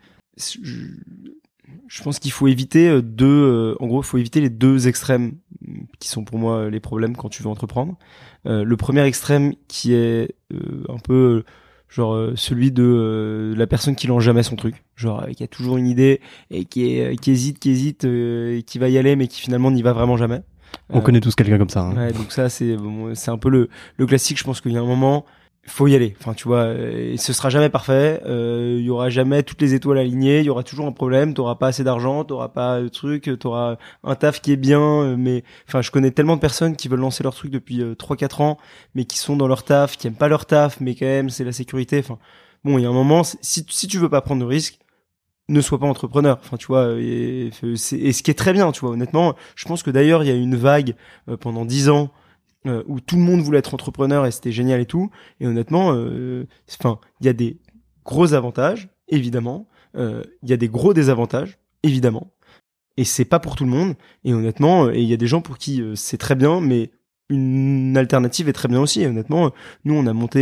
je pense qu'il faut éviter en gros, il faut éviter les deux extrêmes qui sont pour moi les problèmes quand tu veux entreprendre. Le premier extrême qui est un peu genre celui de la personne qui lance jamais son truc, genre qui a toujours une idée et qui hésite et qui va y aller mais qui finalement n'y va vraiment jamais. On connaît tous quelqu'un comme ça. Hein. Ouais, donc ça c'est un peu le classique. Je pense qu'il y a un moment, faut y aller. Enfin, tu vois, ce sera jamais parfait. Il y aura jamais toutes les étoiles alignées. Il y aura toujours un problème. T'auras pas assez d'argent. T'auras pas de truc. T'auras un taf qui est bien. Mais enfin, je connais tellement de personnes qui veulent lancer leur truc depuis 3-4 ans, mais qui sont dans leur taf, qui aiment pas leur taf, mais quand même c'est la sécurité. Enfin, bon, il y a un moment, si tu veux pas prendre de risques, ne sois pas entrepreneur. Enfin, tu vois, et ce qui est très bien, tu vois. Honnêtement, je pense que d'ailleurs il y a eu une vague pendant 10 ans. Où tout le monde voulait être entrepreneur et c'était génial et tout. Et honnêtement, enfin, il y a des gros avantages, évidemment. Il y a des gros désavantages, évidemment. Et c'est pas pour tout le monde. Et honnêtement, et il y a des gens pour qui c'est très bien, mais une alternative est très bien aussi. Et honnêtement, nous on a monté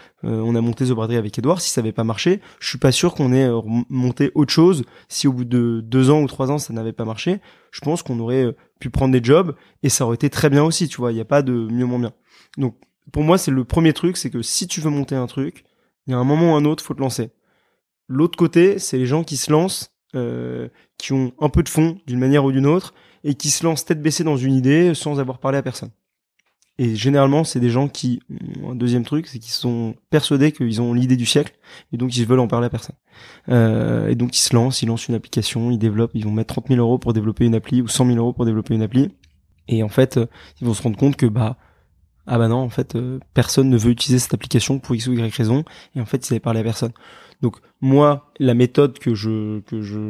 The Braderie avec Edouard. Si ça avait pas marché, je suis pas sûr qu'on ait monté autre chose. Si au bout de 2 ans ou 3 ans ça n'avait pas marché, je pense qu'on aurait pu prendre des jobs et ça aurait été très bien aussi. Tu vois, il y a pas de mieux moins bien. Donc pour moi c'est le premier truc, c'est que si tu veux monter un truc, il y a un moment ou un autre faut te lancer. L'autre côté, c'est les gens qui se lancent, qui ont un peu de fond d'une manière ou d'une autre et qui se lancent tête baissée dans une idée sans avoir parlé à personne. Et généralement, c'est des gens qui ont un deuxième truc, c'est qu'ils sont persuadés qu'ils ont l'idée du siècle, et donc ils veulent en parler à personne. Et donc ils lancent une application, ils développent, ils vont mettre 30 000 euros pour développer une appli, ou 100 000 euros pour développer une appli. Et en fait, ils vont se rendre compte que non, en fait, personne ne veut utiliser cette application pour X ou Y raison, et en fait, ils avaient parlé à personne. Donc moi, la méthode que je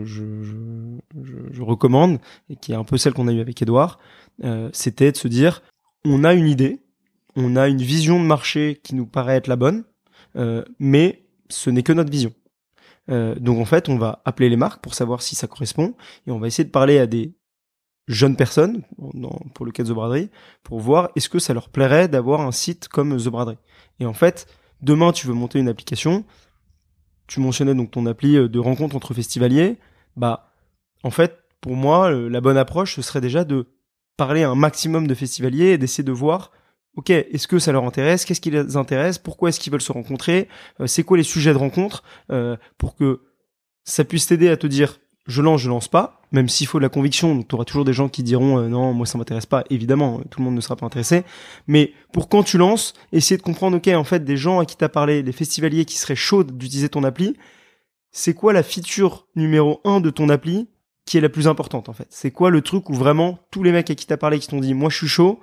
recommande, et qui est un peu celle qu'on a eue avec Edouard, c'était de se dire, on a une idée, on a une vision de marché qui nous paraît être la bonne, mais ce n'est que notre vision. Donc en fait, on va appeler les marques pour savoir si ça correspond, et on va essayer de parler à des jeunes personnes, pour le cas de The Braderie, pour voir est-ce que ça leur plairait d'avoir un site comme The Braderie. Et en fait, demain tu veux monter une application, tu mentionnais donc ton appli de rencontre entre festivaliers. Bah, en fait, pour moi, la bonne approche, ce serait déjà de parler à un maximum de festivaliers et d'essayer de voir, ok, est-ce que ça leur intéresse, qu'est-ce qui les intéresse, pourquoi est-ce qu'ils veulent se rencontrer, c'est quoi les sujets de rencontre, pour que ça puisse t'aider à te dire, je lance pas, même s'il faut de la conviction, donc tu auras toujours des gens qui diront non, moi ça m'intéresse pas, évidemment, tout le monde ne sera pas intéressé, mais pour quand tu lances, essayer de comprendre, ok, en fait, des gens à qui t'as parlé, les festivaliers qui seraient chauds d'utiliser ton appli, c'est quoi la feature numéro 1 de ton appli qui est la plus importante, en fait? C'est quoi le truc où vraiment tous les mecs à qui t'as parlé qui t'ont dit, moi je suis chaud,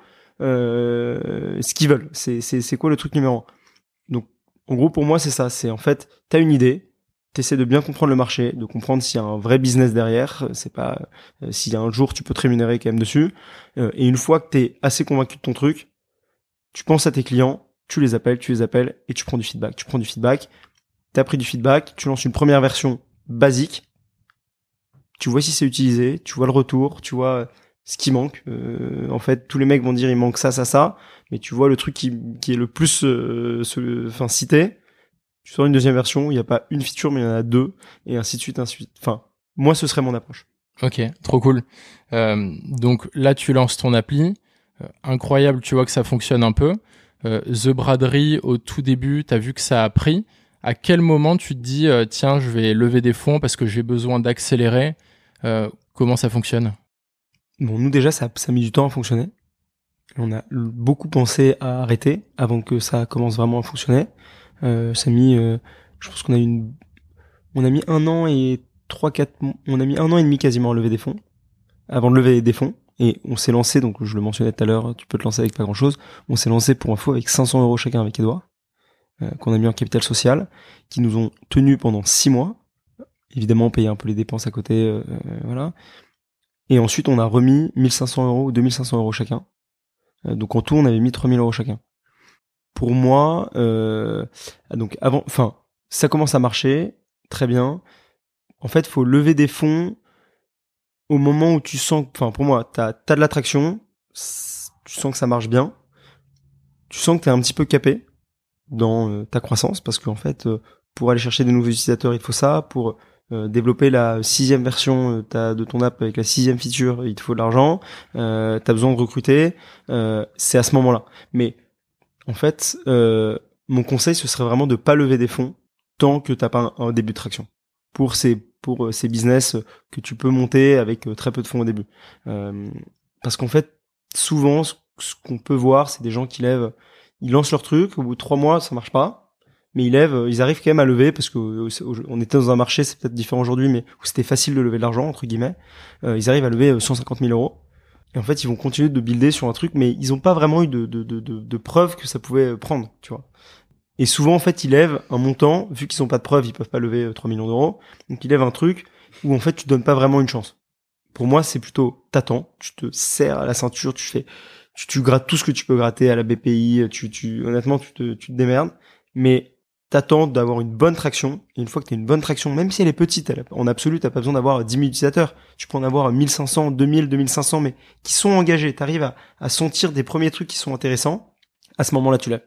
ce qu'ils veulent, c'est quoi le truc numéro 1? Donc, en gros, pour moi, c'est ça, c'est en fait, t'as une idée, t'essaies de bien comprendre le marché, de comprendre s'il y a un vrai business derrière, c'est pas s'il y a un jour tu peux te rémunérer quand même dessus, et une fois que t'es assez convaincu de ton truc, tu penses à tes clients, tu les appelles et tu prends du feedback, t'as pris du feedback, tu lances une première version basique, tu vois si c'est utilisé, tu vois le retour, tu vois ce qui manque, en fait tous les mecs vont dire il manque ça, mais tu vois le truc qui est le plus cité. Tu sors une deuxième version, il n'y a pas une feature, mais il y en a 2, et ainsi de suite. Enfin, moi, ce serait mon approche. Ok, trop cool. Donc là, tu lances ton appli. Incroyable, tu vois que ça fonctionne un peu. The Braderie, au tout début, tu as vu que ça a pris. À quel moment tu te dis, tiens, je vais lever des fonds parce que j'ai besoin d'accélérer? Comment ça fonctionne? Bon, nous déjà, ça a mis du temps à fonctionner. On a beaucoup pensé à arrêter avant que ça commence vraiment à fonctionner. Ça a mis, je pense qu'on a on a mis 1 an et 3-4 on a mis 1 an et demi quasiment à lever des fonds, avant de lever des fonds, et on s'est lancé, donc je le mentionnais tout à l'heure, tu peux te lancer avec pas grand chose, on s'est lancé pour info avec 500 € chacun avec Edouard, qu'on a mis en capital social, qui nous ont tenus pendant 6 mois, évidemment on payait un peu les dépenses à côté, voilà, et ensuite on a remis 1500 € ou 2500 € chacun, donc en tout on avait mis 3000 € chacun. Pour moi, donc ça commence à marcher très bien. En fait, faut lever des fonds au moment où tu sens, pour moi, t'as de l'attraction, tu sens que ça marche bien, tu sens que t'es un petit peu capé dans ta croissance, parce qu'en fait, pour aller chercher de nouveaux utilisateurs, il te faut ça. Pour développer la 6e version de ton app avec la 6e feature, il te faut de l'argent. T'as besoin de recruter. C'est à ce moment-là. Mais en fait, mon conseil, ce serait vraiment de pas lever des fonds tant que t'as pas un début de traction. Pour ces business que tu peux monter avec très peu de fonds au début. Parce qu'en fait, souvent, ce qu'on peut voir, c'est des gens qui ils lancent leur truc, au bout de 3 mois, ça marche pas, mais ils arrivent quand même à lever, parce que on était dans un marché, c'est peut-être différent aujourd'hui, mais où c'était facile de lever de l'argent, entre guillemets. Ils arrivent à lever 150 000 €. Et en fait, ils vont continuer de builder sur un truc, mais ils ont pas vraiment eu de preuves que ça pouvait prendre, tu vois. Et souvent, en fait, ils lèvent un montant, vu qu'ils ont pas de preuves, ils peuvent pas lever 3 millions €. Donc, ils lèvent un truc où, en fait, tu donnes pas vraiment une chance. Pour moi, c'est plutôt, t'attends, tu te serres à la ceinture, tu grattes tout ce que tu peux gratter à la BPI, honnêtement, tu te démerdes. Mais t'attends d'avoir une bonne traction, et une fois que t'as une bonne traction, même si elle est petite, en absolu, t'as pas besoin d'avoir 10 000 utilisateurs, tu peux en avoir 1500, 2000, 2500, mais qui sont engagés, t'arrives à sentir des premiers trucs qui sont intéressants, à ce moment-là, tu lèves.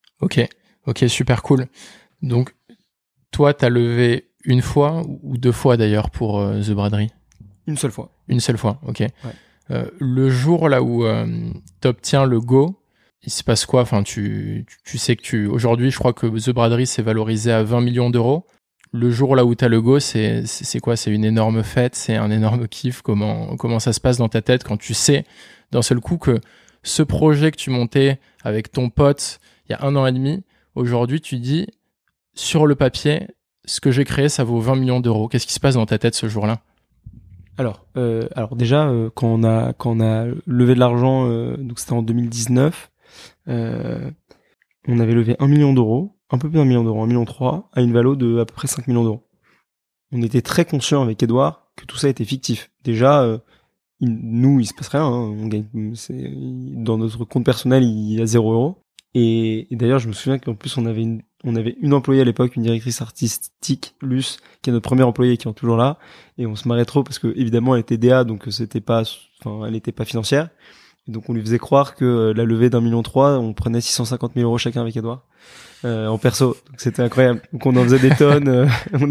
Ok, super cool. Donc, toi, t'as levé une fois ou 2 fois d'ailleurs pour The Braderie? Une seule fois. Une seule fois, ok. Ouais. Le jour là où t'obtiens le go, il se passe quoi? Enfin, tu sais que aujourd'hui, je crois que The Braderie s'est valorisé à 20 millions €. Le jour là où t'as le go, c'est quoi? C'est une énorme fête, c'est un énorme kiff. Comment ça se passe dans ta tête quand tu sais d'un seul coup que ce projet que tu montais avec ton pote il y a 1 an et demi, aujourd'hui tu dis sur le papier, ce que j'ai créé, ça vaut 20 millions €. Qu'est-ce qui se passe dans ta tête ce jour-là? Alors déjà, quand on a levé de l'argent, donc c'était en 2019, on avait levé 1 million €, un peu plus d'1 million €, 1,3 million, à une valo de à peu près 5 millions €. On était très conscients avec Edouard que tout ça était fictif. Déjà, il se passe rien, hein, on gagne, dans notre compte personnel, il y a 0 €. Et d'ailleurs, je me souviens qu'en plus, on avait une employée à l'époque, une directrice artistique, Luce, qui est notre première employée, qui est toujours là. Et on se marrait trop parce que, évidemment, elle était DA, donc elle était pas financière. Et donc on lui faisait croire que la levée d'1,3 million, on prenait 650 000 euros chacun avec Edouard en perso. Donc c'était incroyable. Donc on en faisait des tonnes,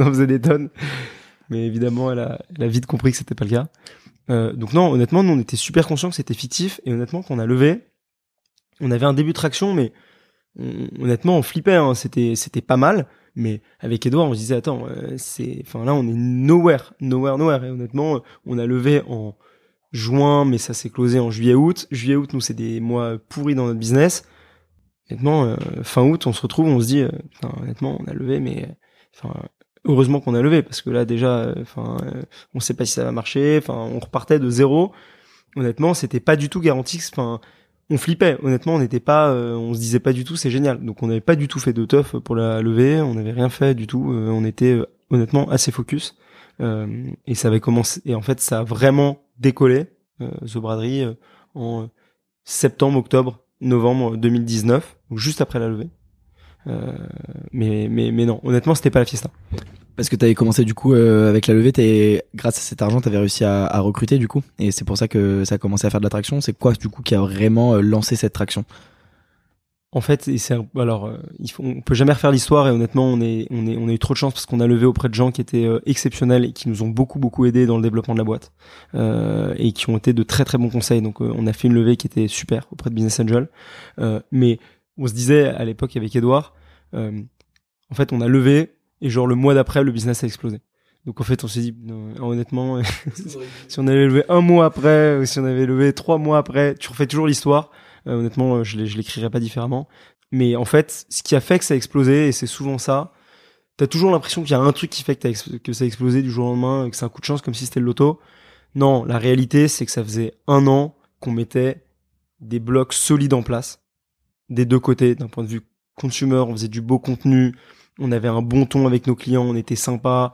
mais évidemment elle a vite compris que c'était pas le cas. Donc non, honnêtement, nous on était super conscients que c'était fictif, et honnêtement quand on a levé, on avait un début de traction, mais honnêtement on flippait, hein. C'était pas mal, mais avec Edouard on se disait attends, là on est nowhere, et honnêtement on a levé en juin, mais ça s'est closé en juillet-août. Juillet-août, nous c'est des mois pourris dans notre business. Honnêtement, fin août on se retrouve, on se dit honnêtement on a levé, mais heureusement qu'on a levé, parce que là déjà on sait pas si ça va marcher, on repartait de zéro. Honnêtement c'était pas du tout garanti, on flippait, honnêtement on n'était pas, on se disait pas du tout c'est génial, donc on n'avait pas du tout fait de teuf pour la levée, on n'avait rien fait du tout, on était honnêtement assez focus, et ça avait commencé, et en fait ça a vraiment décollé, The Braderie, en septembre, octobre, novembre 2019, donc juste après la levée. Mais non, honnêtement c'était pas la fiesta. Parce que t'avais commencé du coup avec la levée, grâce à cet argent t'avais réussi à recruter du coup, et c'est pour ça que ça a commencé à faire de la traction. C'est quoi du coup qui a vraiment lancé cette traction? En fait, on peut jamais refaire l'histoire, et honnêtement on a eu trop de chance parce qu'on a levé auprès de gens qui étaient exceptionnels et qui nous ont beaucoup aidés dans le développement de la boîte, et qui ont été de très très bons conseils. Donc on a fait une levée qui était super auprès de Business Angel, mais on se disait à l'époque avec Edouard, en fait on a levé et genre le mois d'après le business a explosé. Donc en fait on s'est dit honnêtement si on avait levé un mois après, ou si on avait levé 3 mois après, tu refais toujours l'histoire. Honnêtement je l'écrirais pas différemment, mais en fait ce qui a fait que ça a explosé, et c'est souvent ça, t'as toujours l'impression qu'il y a un truc qui fait que ça a explosé du jour au lendemain, que c'est un coup de chance comme si c'était le loto. Non, la réalité c'est que ça faisait 1 an qu'on mettait des blocs solides en place des deux côtés, d'un point de vue consumer, on faisait du beau contenu, on avait un bon ton avec nos clients, on était sympa,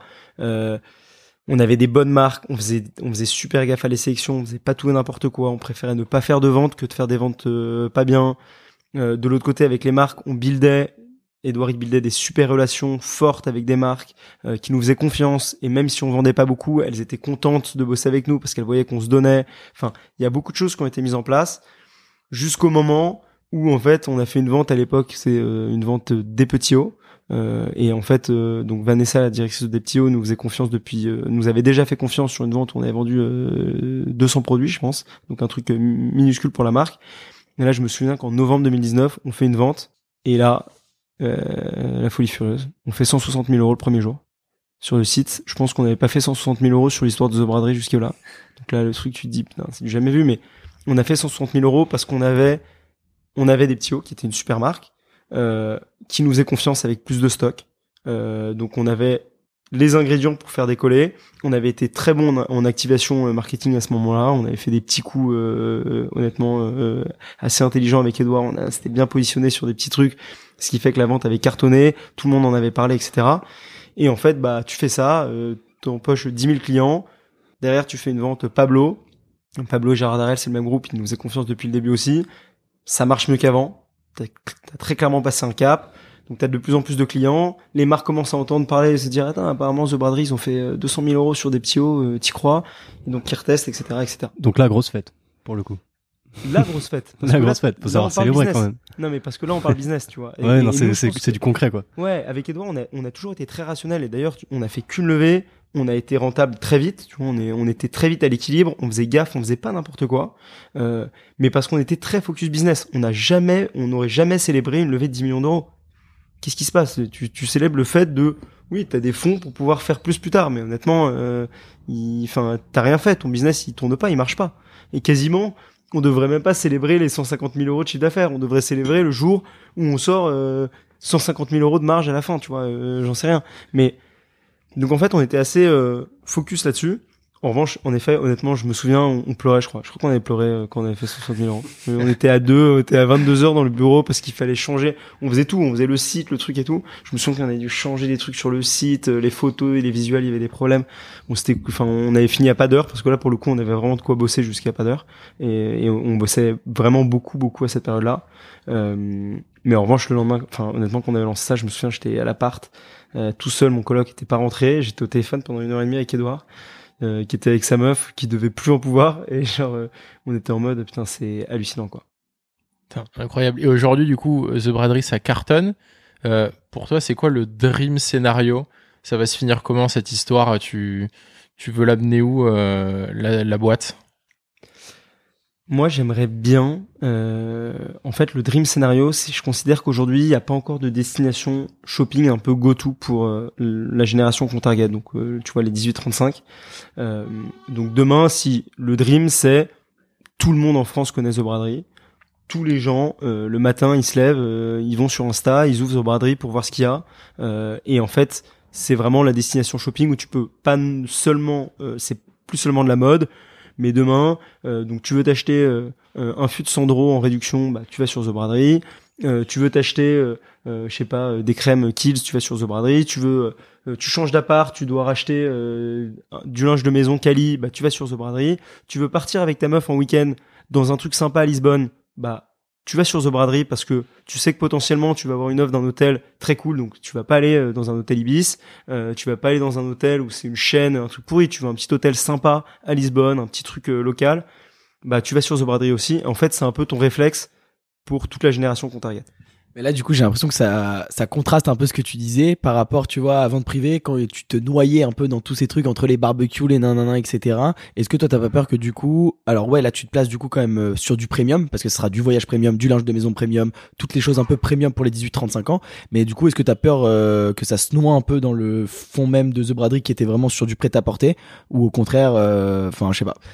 on avait des bonnes marques, on faisait super gaffe à les sélections, on faisait pas tout et n'importe quoi, on préférait ne pas faire de ventes que de faire des ventes pas bien. De l'autre côté, avec les marques, Edouard il buildait des super relations fortes avec des marques qui nous faisaient confiance, et même si on vendait pas beaucoup, elles étaient contentes de bosser avec nous parce qu'elles voyaient qu'on se donnait. Il y a beaucoup de choses qui ont été mises en place jusqu'au moment où en fait on a fait une vente à l'époque, c'est une vente des petits hauts, et en fait donc Vanessa, la directrice des petits hauts, nous faisait confiance depuis, nous avait déjà fait confiance sur une vente où on avait vendu 200 produits je pense, donc un truc minuscule pour la marque. Et là je me souviens qu'en novembre 2019 on fait une vente, et là la folie furieuse, on fait 160 000 euros le premier jour sur le site. Je pense qu'on n'avait pas fait 160 000 euros sur l'histoire de The Braderie jusque là, donc là le truc tu te dis putain c'est du jamais vu, mais on a fait 160 000 euros parce qu'on avait des petits hauts qui étaient une super marque, qui nous faisait confiance avec plus de stock. Donc on avait les ingrédients pour faire décoller. On avait été très bon en activation marketing à ce moment-là. On avait fait des petits coups honnêtement assez intelligents avec Edouard. On s'était bien positionné sur des petits trucs, ce qui fait que la vente avait cartonné. Tout le monde en avait parlé, etc. Et en fait, tu fais ça, t'empoches 10 000 clients. Derrière, tu fais une vente Pablo et Gérard Darel, c'est le même groupe. Ils nous faisaient confiance depuis le début aussi. Ça marche mieux qu'avant. T'as très clairement passé un cap. Donc t'as de plus en plus de clients. Les marques commencent à entendre parler et se dire attends, apparemment The Braderie ils ont fait 200 000 euros sur des petits hauts, t'y crois? Et donc ils retestent, etc., etc. Donc la grosse fête pour le coup. La grosse fête. La grosse fête. Faut savoir célébrer quand même. Non mais parce que là on parle business, tu vois. Ouais, non, c'est du concret quoi. Ouais, avec Edouard on a toujours été très rationnel, et d'ailleurs on a fait qu'une levée. On a été rentable très vite, tu vois, on était très vite à l'équilibre, on faisait gaffe, on faisait pas n'importe quoi, mais parce qu'on était très focus business. On n'aurait jamais célébré une levée de 10 millions d'euros. Qu'est-ce qui se passe? Tu célèbres le fait de, oui, t'as des fonds pour pouvoir faire plus tard, mais honnêtement, t'as rien fait, ton business il tourne pas, il marche pas. Et quasiment, on devrait même pas célébrer les 150 000 euros de chiffre d'affaires, on devrait célébrer le jour où on sort 150 000 euros de marge à la fin, tu vois, j'en sais rien. Mais donc en fait on était assez focus là-dessus. En revanche, en effet, honnêtement, je me souviens, on pleurait, je crois qu'on avait pleuré quand on avait fait 60 000 euros. On était à 22 heures dans le bureau parce qu'il fallait changer. On faisait tout, on faisait le site, le truc et tout. Je me souviens qu'on avait dû changer des trucs sur le site, les photos et les visuels, il y avait des problèmes. On avait fini à pas d'heure parce que là, pour le coup, on avait vraiment de quoi bosser jusqu'à pas d'heure. Et on bossait vraiment beaucoup à cette période-là. Mais en revanche, le lendemain, honnêtement, quand on avait lancé ça, je me souviens, j'étais à l'appart, tout seul, mon coloc était pas rentré, j'étais au téléphone pendant 1h30 avec Edouard. qui était avec sa meuf, qui devait plus en pouvoir, et genre on était en mode putain c'est hallucinant quoi. Putain, incroyable. Et aujourd'hui du coup The Braderie ça cartonne. Pour toi c'est quoi le dream scénario? Ça va se finir comment cette histoire? Tu veux l'amener où la boîte? Moi, j'aimerais bien. En fait, le dream scénario, je considère qu'aujourd'hui, il n'y a pas encore de destination shopping un peu go-to pour la génération qu'on target. Donc, tu vois, les 18-35. Donc, demain, si le dream, c'est tout le monde en France connaît The Braderie. Tous les gens, le matin, ils se lèvent, ils vont sur Insta, ils ouvrent The Braderie pour voir ce qu'il y a. Et en fait, c'est vraiment la destination shopping où tu peux pas seulement, c'est plus seulement de la mode. Mais demain, donc tu veux t'acheter un fût de Sandro en réduction, bah tu vas sur The Braderie. Tu veux t'acheter, je sais pas, des crèmes Kiehl's, tu vas sur The Braderie. Tu changes d'appart, tu dois racheter du linge de maison Cali, bah tu vas sur The Braderie. Tu veux partir avec ta meuf en week-end dans un truc sympa à Lisbonne, bah tu vas sur The Braderie parce que tu sais que potentiellement tu vas avoir une offre d'un hôtel très cool, donc tu vas pas aller dans un hôtel Ibis, tu vas pas aller dans un hôtel où c'est une chaîne, un truc pourri, tu veux un petit hôtel sympa à Lisbonne, un petit truc local, bah tu vas sur The Braderie aussi. En fait, c'est un peu ton réflexe pour toute la génération qu'on target. Mais là, du coup, j'ai l'impression que ça contraste un peu ce que tu disais par rapport, tu vois, à Vente Privée, quand tu te noyais un peu dans tous ces trucs entre les barbecues, les nanana, etc. Est-ce que toi, t'as pas peur que du coup, alors ouais, là, tu te places du coup quand même sur du premium, parce que ce sera du voyage premium, du linge de maison premium, toutes les choses un peu premium pour les 18-35 ans. Mais du coup, est-ce que t'as peur que ça se noie un peu dans le fond même de The Braderie qui était vraiment sur du prêt-à-porter, ou au contraire, enfin, je sais pas.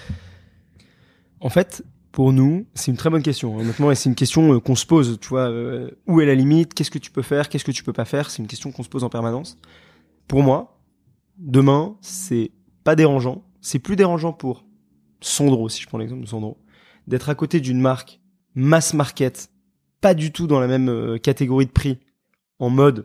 En fait, pour nous, c'est une très bonne question. Honnêtement, et c'est une question qu'on se pose. Tu vois, où est la limite? Qu'est-ce que tu peux faire? Qu'est-ce que tu peux pas faire? C'est une question qu'on se pose en permanence. Pour moi, demain, c'est pas dérangeant. C'est plus dérangeant pour Sandro, si je prends l'exemple de Sandro, d'être à côté d'une marque mass market, pas du tout dans la même catégorie de prix, en mode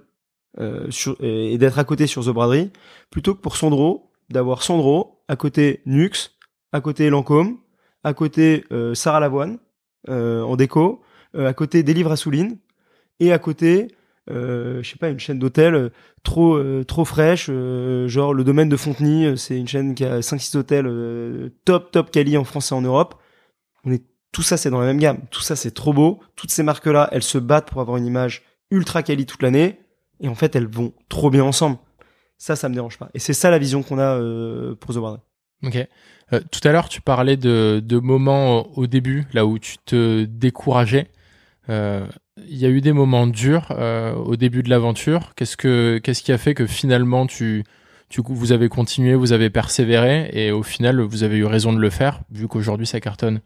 et d'être à côté sur The Braderie, plutôt que pour Sandro d'avoir Sandro à côté Nux, à côté Lancôme, à côté Sarah Lavoine en déco, à côté des livres à Souline, et à côté je sais pas, une chaîne d'hôtels trop fraîche, genre le Domaine de Fontenay, c'est une chaîne qui a 5-6 hôtels top quali en France et en Europe. Tout ça, c'est dans la même gamme, tout ça c'est trop beau, toutes ces marques là elles se battent pour avoir une image ultra quali toute l'année, et en fait elles vont trop bien ensemble. Ça me dérange pas, et c'est ça la vision qu'on a pour The Braderie. Ok. Tout à l'heure, tu parlais de moments au début, là où tu te décourageais. Il y a eu des moments durs au début de l'aventure. Qu'est-ce qui a fait que finalement vous avez continué, vous avez persévéré, et au final, vous avez eu raison de le faire, vu qu'aujourd'hui ça cartonne?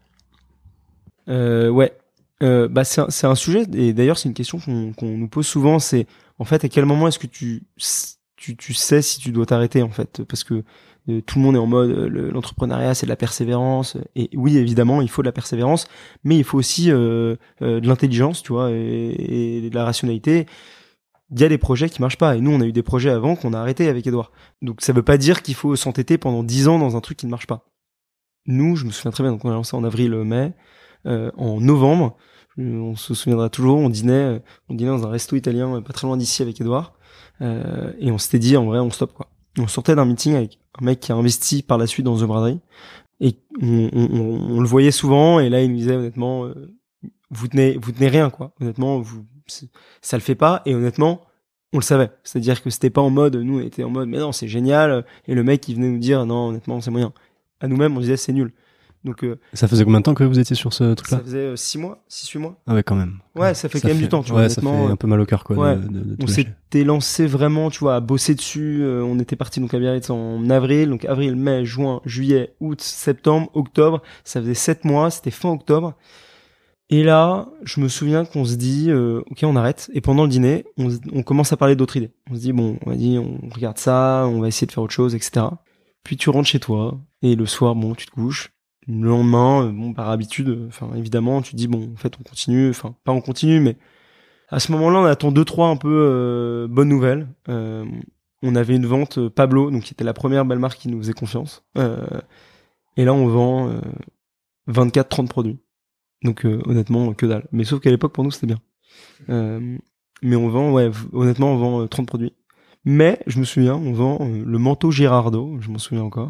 Ouais. Bah c'est un sujet, et d'ailleurs c'est une question qu'on nous pose souvent. C'est en fait à quel moment est-ce que tu sais si tu dois t'arrêter, en fait, parce que tout le monde est en mode l'entrepreneuriat c'est de la persévérance, et oui évidemment il faut de la persévérance, mais il faut aussi de l'intelligence, tu vois, et de la rationalité. Il y a des projets qui marchent pas, et nous on a eu des projets avant qu'on a arrêté avec Edouard, donc ça veut pas dire qu'il faut s'entêter pendant 10 ans dans un truc qui ne marche pas. Nous, je me souviens très bien, donc on a lancé en avril-mai, en novembre, on se souviendra toujours, on dînait dans un resto italien pas très loin d'ici avec Edouard, et on s'était dit en vrai on stoppe quoi. On sortait d'un meeting avec un mec qui a investi par la suite dans The Braderie, et on le voyait souvent, et là il nous disait honnêtement vous tenez rien quoi, honnêtement ça le fait pas, et honnêtement on le savait, c'est-à-dire que c'était pas en mode, nous on était en mode mais non c'est génial, et le mec il venait nous dire non honnêtement c'est moyen, à nous-mêmes on disait c'est nul. Donc ça faisait combien de temps que vous étiez sur ce truc-là? Ça faisait 6-8 mois. Ah ouais, quand même. Ouais, ça fait quand même du temps, tu vois. Ouais, ça fait un peu mal au cœur, quoi. Ouais. De on s'était lancé vraiment, tu vois, à bosser dessus. On était parti donc à Biarritz en avril, donc avril, mai, juin, juillet, août, septembre, octobre. Ça faisait 7 mois, c'était fin octobre. Et là, je me souviens qu'on se dit, ok, on arrête. Et pendant le dîner, on commence à parler d'autres idées. On se dit, bon, on regarde ça, on va essayer de faire autre chose, etc. Puis tu rentres chez toi, et le soir, bon, tu te couches. Le lendemain, bon, par habitude, enfin, évidemment, tu te dis, bon, en fait, on continue, enfin, pas on continue, mais à ce moment-là, on attend 2-3 un peu bonnes nouvelles. On avait une vente Pablo, donc qui était la première belle marque qui nous faisait confiance. Et là, on vend 24-30 produits. Donc, honnêtement, que dalle. Mais sauf qu'à l'époque, pour nous, c'était bien. Mais on vend, honnêtement, on vend 30 produits. Mais, je me souviens, on vend le manteau Girardeau, je m'en souviens encore.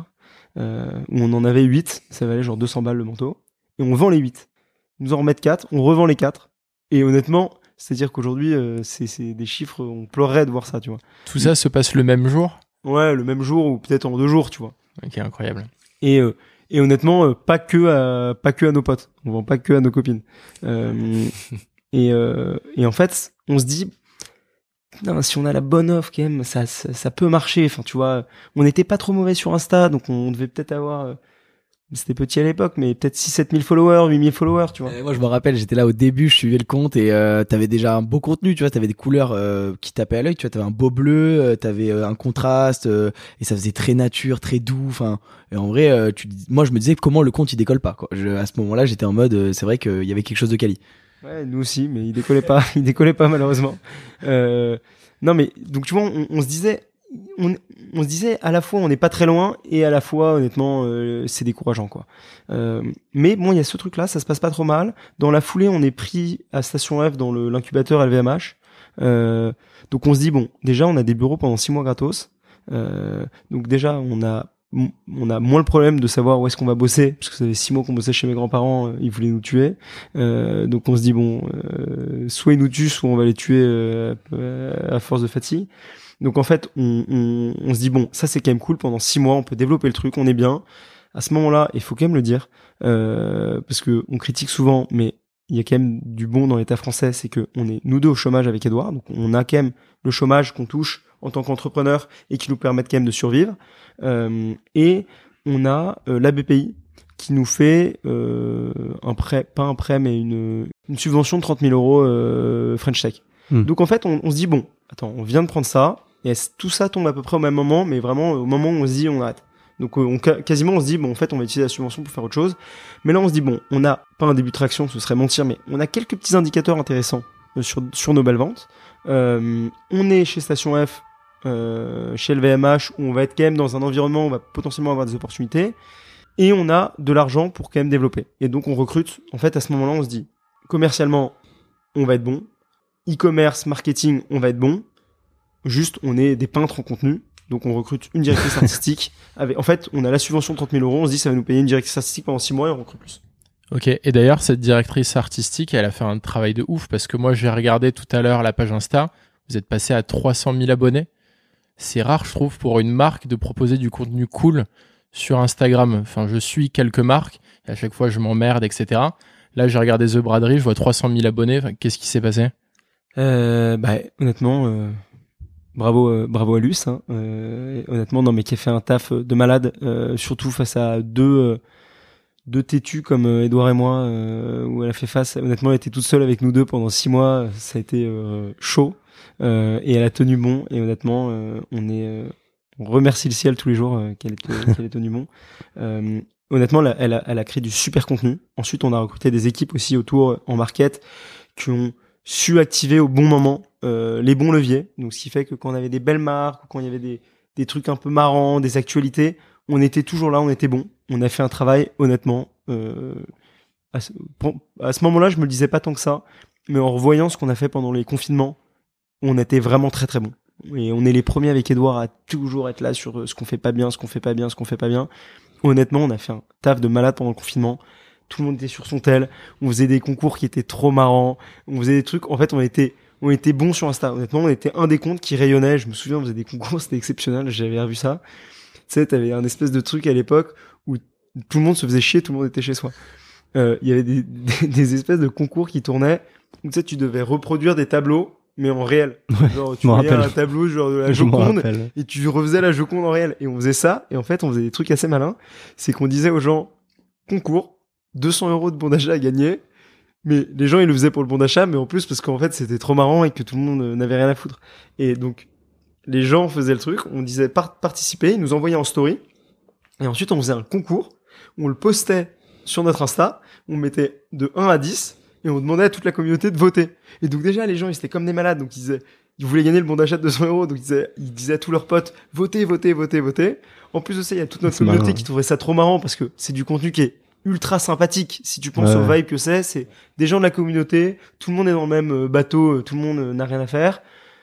où on en avait 8, ça valait genre 200 balles le manteau, et on vend les 8. Ils nous en remettent 4, on revend les 4, et honnêtement, c'est-à-dire qu'aujourd'hui, c'est des chiffres, on pleurerait de voir ça, tu vois. Tout ça se passe le même jour? Ouais, le même jour, ou peut-être en 2 jours, tu vois. Ok, incroyable. Et honnêtement, pas que à nos potes. On vend pas que à nos copines. Et en fait, on se dit, non, si on a la bonne offre, quand même, ça peut marcher. Enfin, tu vois, on n'était pas trop mauvais sur Insta, donc on devait peut-être avoir, c'était petit à l'époque, mais peut-être 6-7 000 followers, 8 000 followers, tu vois. Moi, je me rappelle, j'étais là au début, je suivais le compte et t'avais déjà un beau contenu, tu vois, t'avais des couleurs qui tapaient à l'œil, tu vois, t'avais un beau bleu, t'avais un contraste et ça faisait très nature, très doux. Enfin, et en vrai, moi, je me disais comment le compte il décolle pas, quoi. À ce moment-là, j'étais en mode, c'est vrai qu'il y avait quelque chose de quali. Ouais, nous aussi, mais il décollait pas, malheureusement. Non, mais donc tu vois, on se disait. On se disait à la fois on n'est pas très loin et à la fois honnêtement c'est décourageant quoi. Mais bon il y a ce truc là, ça se passe pas trop mal. Dans la foulée on est pris à Station F dans l'incubateur LVMH. Donc on se dit bon déjà on a des bureaux pendant 6 mois gratos. Donc déjà on a moins le problème de savoir où est-ce qu'on va bosser parce que ça fait 6 mois qu'on bossait chez mes grands-parents, ils voulaient nous tuer. Donc on se dit bon soit ils nous tuent soit on va les tuer à force de fatigue. Donc en fait, on se dit bon, ça c'est quand même cool. Pendant 6 mois, on peut développer le truc, on est bien. À ce moment-là, il faut quand même le dire, parce que on critique souvent, mais il y a quand même du bon dans l'État français, c'est que on est nous deux au chômage avec Edouard, donc on a quand même le chômage qu'on touche en tant qu'entrepreneur et qui nous permettent quand même de survivre. Et on a la BPI qui nous fait un prêt, pas un prêt, mais une subvention de 30 000 euros French Tech. Donc en fait, on se dit bon, attends, on vient de prendre ça. Et tout ça tombe à peu près au même moment, mais vraiment au moment où on se dit on arrête. Donc quasiment on se dit bon en fait on va utiliser la subvention pour faire autre chose. Mais là on se dit bon on a pas un début de traction, ce serait mentir, mais on a quelques petits indicateurs intéressants sur nos belles ventes. On est chez Station F, chez LVMH où on va être quand même dans un environnement où on va potentiellement avoir des opportunités et on a de l'argent pour quand même développer. Et donc on recrute. En fait à ce moment-là on se dit commercialement on va être bon, e-commerce, marketing on va être bon. Juste, on est des peintres en contenu, donc on recrute une directrice artistique. En fait, on a la subvention de 30 000 euros, on se dit ça va nous payer une directrice artistique pendant 6 mois et on recrute plus. Ok, et d'ailleurs, cette directrice artistique, elle a fait un travail de ouf, parce que moi, j'ai regardé tout à l'heure la page Insta, vous êtes passé à 300 000 abonnés. C'est rare, je trouve, pour une marque de proposer du contenu cool sur Instagram. Enfin, je suis quelques marques, et à chaque fois, je m'emmerde, etc. Là, j'ai regardé The Braderie, je vois 300 000 abonnés. Enfin, qu'est-ce qui s'est passé ? Honnêtement... bravo à Luce, hein. Honnêtement, non mais qui a fait un taf de malade, surtout face à deux têtus comme Edouard et moi, où elle a fait face. Honnêtement, elle était toute seule avec nous deux pendant 6 mois, ça a été chaud, et elle a tenu bon. Et honnêtement, on remercie le ciel tous les jours qu'elle ait tenu bon. Honnêtement, elle a créé du super contenu. Ensuite, on a recruté des équipes aussi autour en market qui ont su activer au bon moment les bons leviers. Donc ce qui fait que quand on avait des belles marques, ou quand il y avait des trucs un peu marrants, des actualités, on était toujours là, on était bon. On a fait un travail honnêtement. À ce moment-là, je me le disais pas tant que ça, mais en revoyant ce qu'on a fait pendant les confinements, on était vraiment très très bon. Et on est les premiers avec Edouard à toujours être là sur ce qu'on fait pas bien, ce qu'on fait pas bien, ce qu'on fait pas bien. Honnêtement, on a fait un taf de malade pendant le confinement. Tout le monde était sur son tel. On faisait des concours qui étaient trop marrants. On faisait des trucs. En fait, on était bons sur Insta. Honnêtement, on était un des comptes qui rayonnait. Je me souviens, on faisait des concours, c'était exceptionnel. J'avais revu ça. Tu sais, t'avais un espèce de truc à l'époque où tout le monde se faisait chier, tout le monde était chez soi. Il y avait des espèces de concours qui tournaient où tu sais, tu devais reproduire des tableaux, mais en réel. Genre, tu voyais un tableau genre de la Joconde et tu refaisais la Joconde en réel. Et on faisait ça. Et en fait, on faisait des trucs assez malins. C'est qu'on disait aux gens, concours, 200 euros de bon d'achat à gagner, mais les gens ils le faisaient pour le bon d'achat, mais en plus parce qu'en fait c'était trop marrant et que tout le monde n'avait rien à foutre. Et donc les gens faisaient le truc, on disait participer, ils nous envoyaient en story, et ensuite on faisait un concours, on le postait sur notre Insta, on mettait de 1 à 10 et on demandait à toute la communauté de voter. Et donc déjà les gens ils étaient comme des malades, donc ils voulaient gagner le bon d'achat de 200 euros, donc ils disaient à tous leurs potes votez. En plus de ça, il y a toute notre communauté qui trouvait ça trop marrant parce que c'est du contenu qui est ultra sympathique. Si tu penses au vibe que c'est des gens de la communauté, tout le monde est dans le même bateau, tout le monde n'a rien à faire.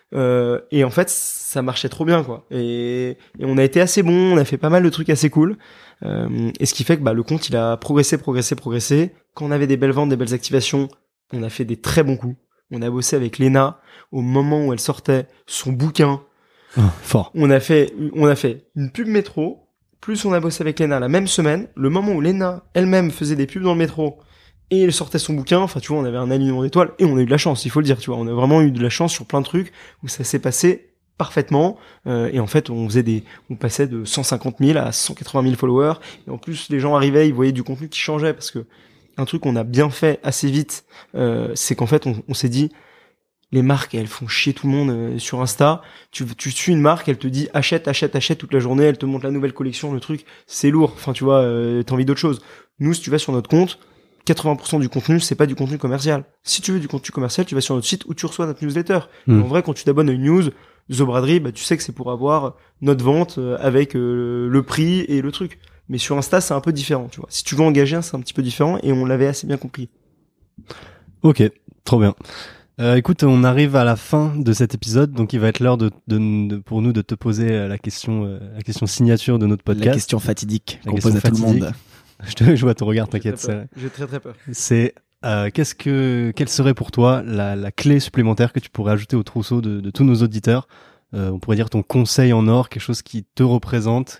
Et en fait, ça marchait trop bien, quoi. Et on a été assez bon, on a fait pas mal de trucs assez cool. Et ce qui fait que le compte, il a progressé. Quand on avait des belles ventes, des belles activations, on a fait des très bons coups. On a bossé avec Léna au moment où elle sortait son bouquin. Fort. On a fait une pub métro, plus on a bossé avec Léna la même semaine. Le moment où Léna elle-même faisait des pubs dans le métro et elle sortait son bouquin, enfin tu vois, on avait un alignement d'étoiles et on a eu de la chance, il faut le dire, tu vois. On a vraiment eu de la chance sur plein de trucs où ça s'est passé parfaitement. Et en fait, on passait de 150 000 à 180 000 followers. Et en plus, les gens arrivaient, ils voyaient du contenu qui changeait parce que un truc qu'on a bien fait assez vite, c'est qu'en fait, on s'est dit, les marques, elles font chier tout le monde sur Insta. Tu suis une marque, elle te dit achète toute la journée, elle te montre la nouvelle collection, le truc, c'est lourd. Enfin, tu vois, t'as envie d'autre chose. Nous, si tu vas sur notre compte, 80% du contenu, c'est pas du contenu commercial. Si tu veux du contenu commercial, tu vas sur notre site où tu reçois notre newsletter. En vrai, quand tu t'abonnes à une news, The Braderie, tu sais que c'est pour avoir notre vente avec le prix et le truc. Mais sur Insta, c'est un peu différent, tu vois. Si tu veux engager, c'est un petit peu différent et on l'avait assez bien compris. Ok, trop bien. Écoute, on arrive à la fin de cet épisode, donc il va être l'heure pour nous de te poser la question signature de notre podcast. La question fatidique qu'on pose à tout le monde. Je vois ton regard, t'inquiète. J'ai très peur. C'est quelle serait pour toi la clé supplémentaire que tu pourrais ajouter au trousseau de tous nos auditeurs? On pourrait dire ton conseil en or, quelque chose qui te représente,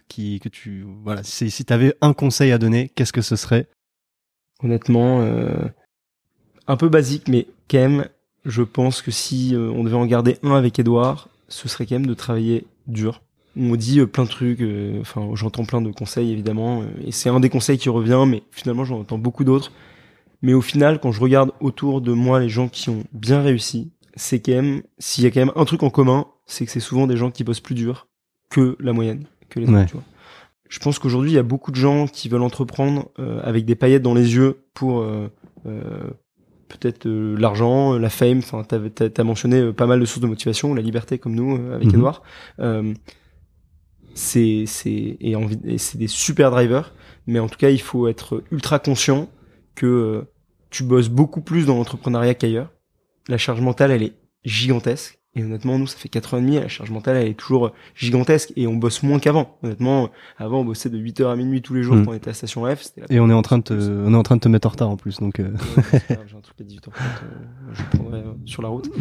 si t'avais un conseil à donner, qu'est-ce que ce serait? Honnêtement, un peu basique, mais quand même, je pense que si on devait en garder un avec Edouard, ce serait quand même de travailler dur. On dit plein de trucs, j'entends plein de conseils évidemment, et c'est un des conseils qui revient, mais finalement j'en entends beaucoup d'autres. Mais au final, quand je regarde autour de moi les gens qui ont bien réussi, c'est quand même, s'il y a quand même un truc en commun, c'est que c'est souvent des gens qui bossent plus dur que la moyenne, que les autres, tu vois. Je pense qu'aujourd'hui, il y a beaucoup de gens qui veulent entreprendre avec des paillettes dans les yeux pour peut-être l'argent, la fame. Enfin, t'as mentionné pas mal de sources de motivation, la liberté comme nous avec Edouard. C'est des super drivers, mais en tout cas, il faut être ultra conscient que tu bosses beaucoup plus dans l'entrepreneuriat qu'ailleurs. La charge mentale, elle est gigantesque. Et honnêtement, nous, ça fait 4 ans et demi, la charge mentale, elle est toujours gigantesque et on bosse moins qu'avant. Honnêtement, avant, on bossait de 8h à minuit tous les jours quand on était à Station F. Et on est en train de te mettre en retard en plus, donc. J'ai un truc à 18h30, je prendrai sur la route.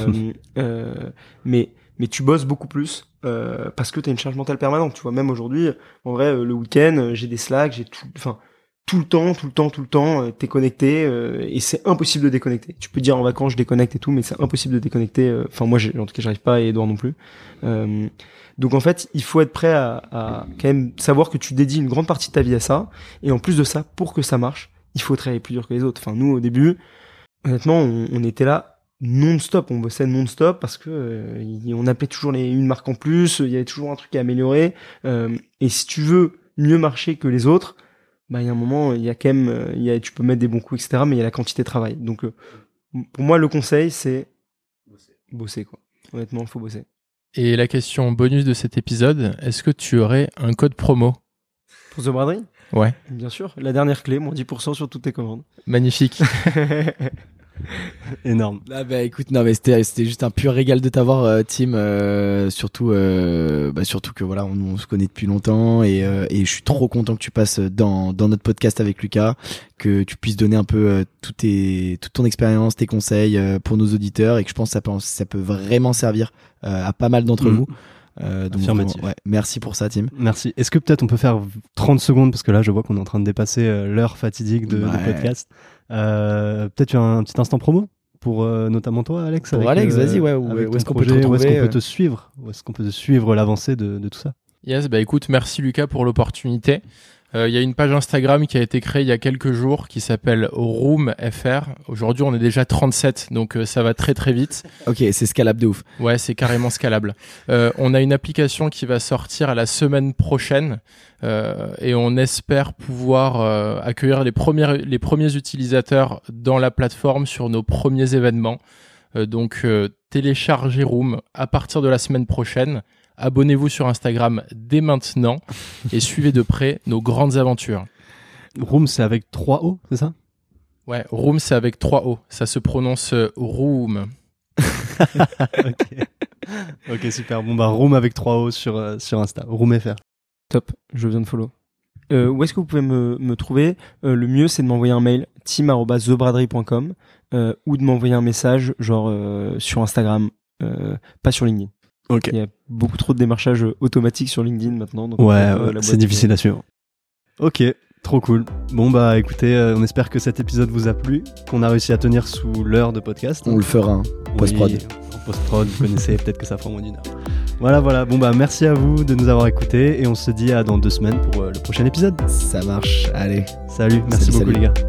Mais tu bosses beaucoup plus parce que t'as une charge mentale permanente. Tu vois, même aujourd'hui, en vrai, le week-end, j'ai des Slack, j'ai tout le temps, t'es connecté et c'est impossible de déconnecter. Tu peux dire en vacances je déconnecte et tout, mais c'est impossible de déconnecter. Enfin moi, en tout cas, j'arrive pas et Edouard non plus. Donc en fait, il faut être prêt à quand même savoir que tu dédies une grande partie de ta vie à ça. Et en plus de ça, pour que ça marche, il faut travailler plus dur que les autres. Enfin nous, au début, honnêtement, on était là non-stop, on bossait non-stop parce que on appelait toujours une marque en plus, il y avait toujours un truc à améliorer. Et si tu veux mieux marcher que les autres, il y a un moment, il y a quand même, tu peux mettre des bons coups, etc., mais il y a la quantité de travail. Donc, pour moi, le conseil, c'est bosser, quoi. Honnêtement, il faut bosser. Et la question bonus de cet épisode, est-ce que tu aurais un code promo? Pour The Braderie? Ouais. Bien sûr. La dernière clé, moins 10% sur toutes tes commandes. Magnifique. Énorme. Ah écoute, non mais c'était juste un pur régal de t'avoir, Tim, surtout que voilà, on se connaît depuis longtemps et je suis trop content que tu passes dans notre podcast avec Lucas, que tu puisses donner un peu toute ton expérience, tes conseils pour nos auditeurs, et que je pense que ça peut vraiment servir à pas mal d'entre vous. Donc affirmatif. Ouais, merci pour ça, Tim. Merci. Est-ce que peut-être on peut faire 30 secondes, parce que là je vois qu'on est en train de dépasser l'heure fatidique de podcast. Peut-être un petit instant promo pour notamment toi, Alex. Pour Alex, vas-y, ouais. Où est-ce qu'on peut te retrouver, où est-ce qu'on peut te suivre, où est-ce qu'on peut suivre l'avancée de tout ça? Yes, écoute, merci Lucas pour l'opportunité. Il y a une page Instagram qui a été créée il y a quelques jours qui s'appelle RoomFR. Aujourd'hui, on est déjà 37, donc ça va très très vite. Ok, c'est scalable de ouf. Ouais, c'est carrément scalable. On a une application qui va sortir à la semaine prochaine et on espère pouvoir accueillir les premiers utilisateurs dans la plateforme sur nos premiers événements. Donc, téléchargez Room à partir de la semaine prochaine. Abonnez-vous sur Instagram dès maintenant et suivez de près nos grandes aventures. Room, c'est avec 3 O, c'est ça? Ouais, Room, c'est avec 3 O. Ça se prononce Room. Ok. Ok, super. Bon, bah, Room avec 3 O sur Insta. RoomFR. Top, je viens de follow. Où est-ce que vous pouvez me trouver? Le mieux, c'est de m'envoyer un mail, team@thebraderie.com, ou de m'envoyer un message, genre sur Instagram, pas sur LinkedIn. Ok. Il y a beaucoup trop de démarchage automatique sur LinkedIn maintenant. Donc Ouais, c'est difficile à suivre. Ok, trop cool. Bon, bah écoutez, on espère que cet épisode vous a plu, qu'on a réussi à tenir sous l'heure de podcast. On le fera, hein, post-prod. Oui, en post-prod, vous connaissez, peut-être que ça fera moins d'une heure. Voilà. Bon, bah merci à vous de nous avoir écoutés et on se dit à dans 2 semaines pour le prochain épisode. Ça marche, allez. Salut, merci beaucoup salut. les gars.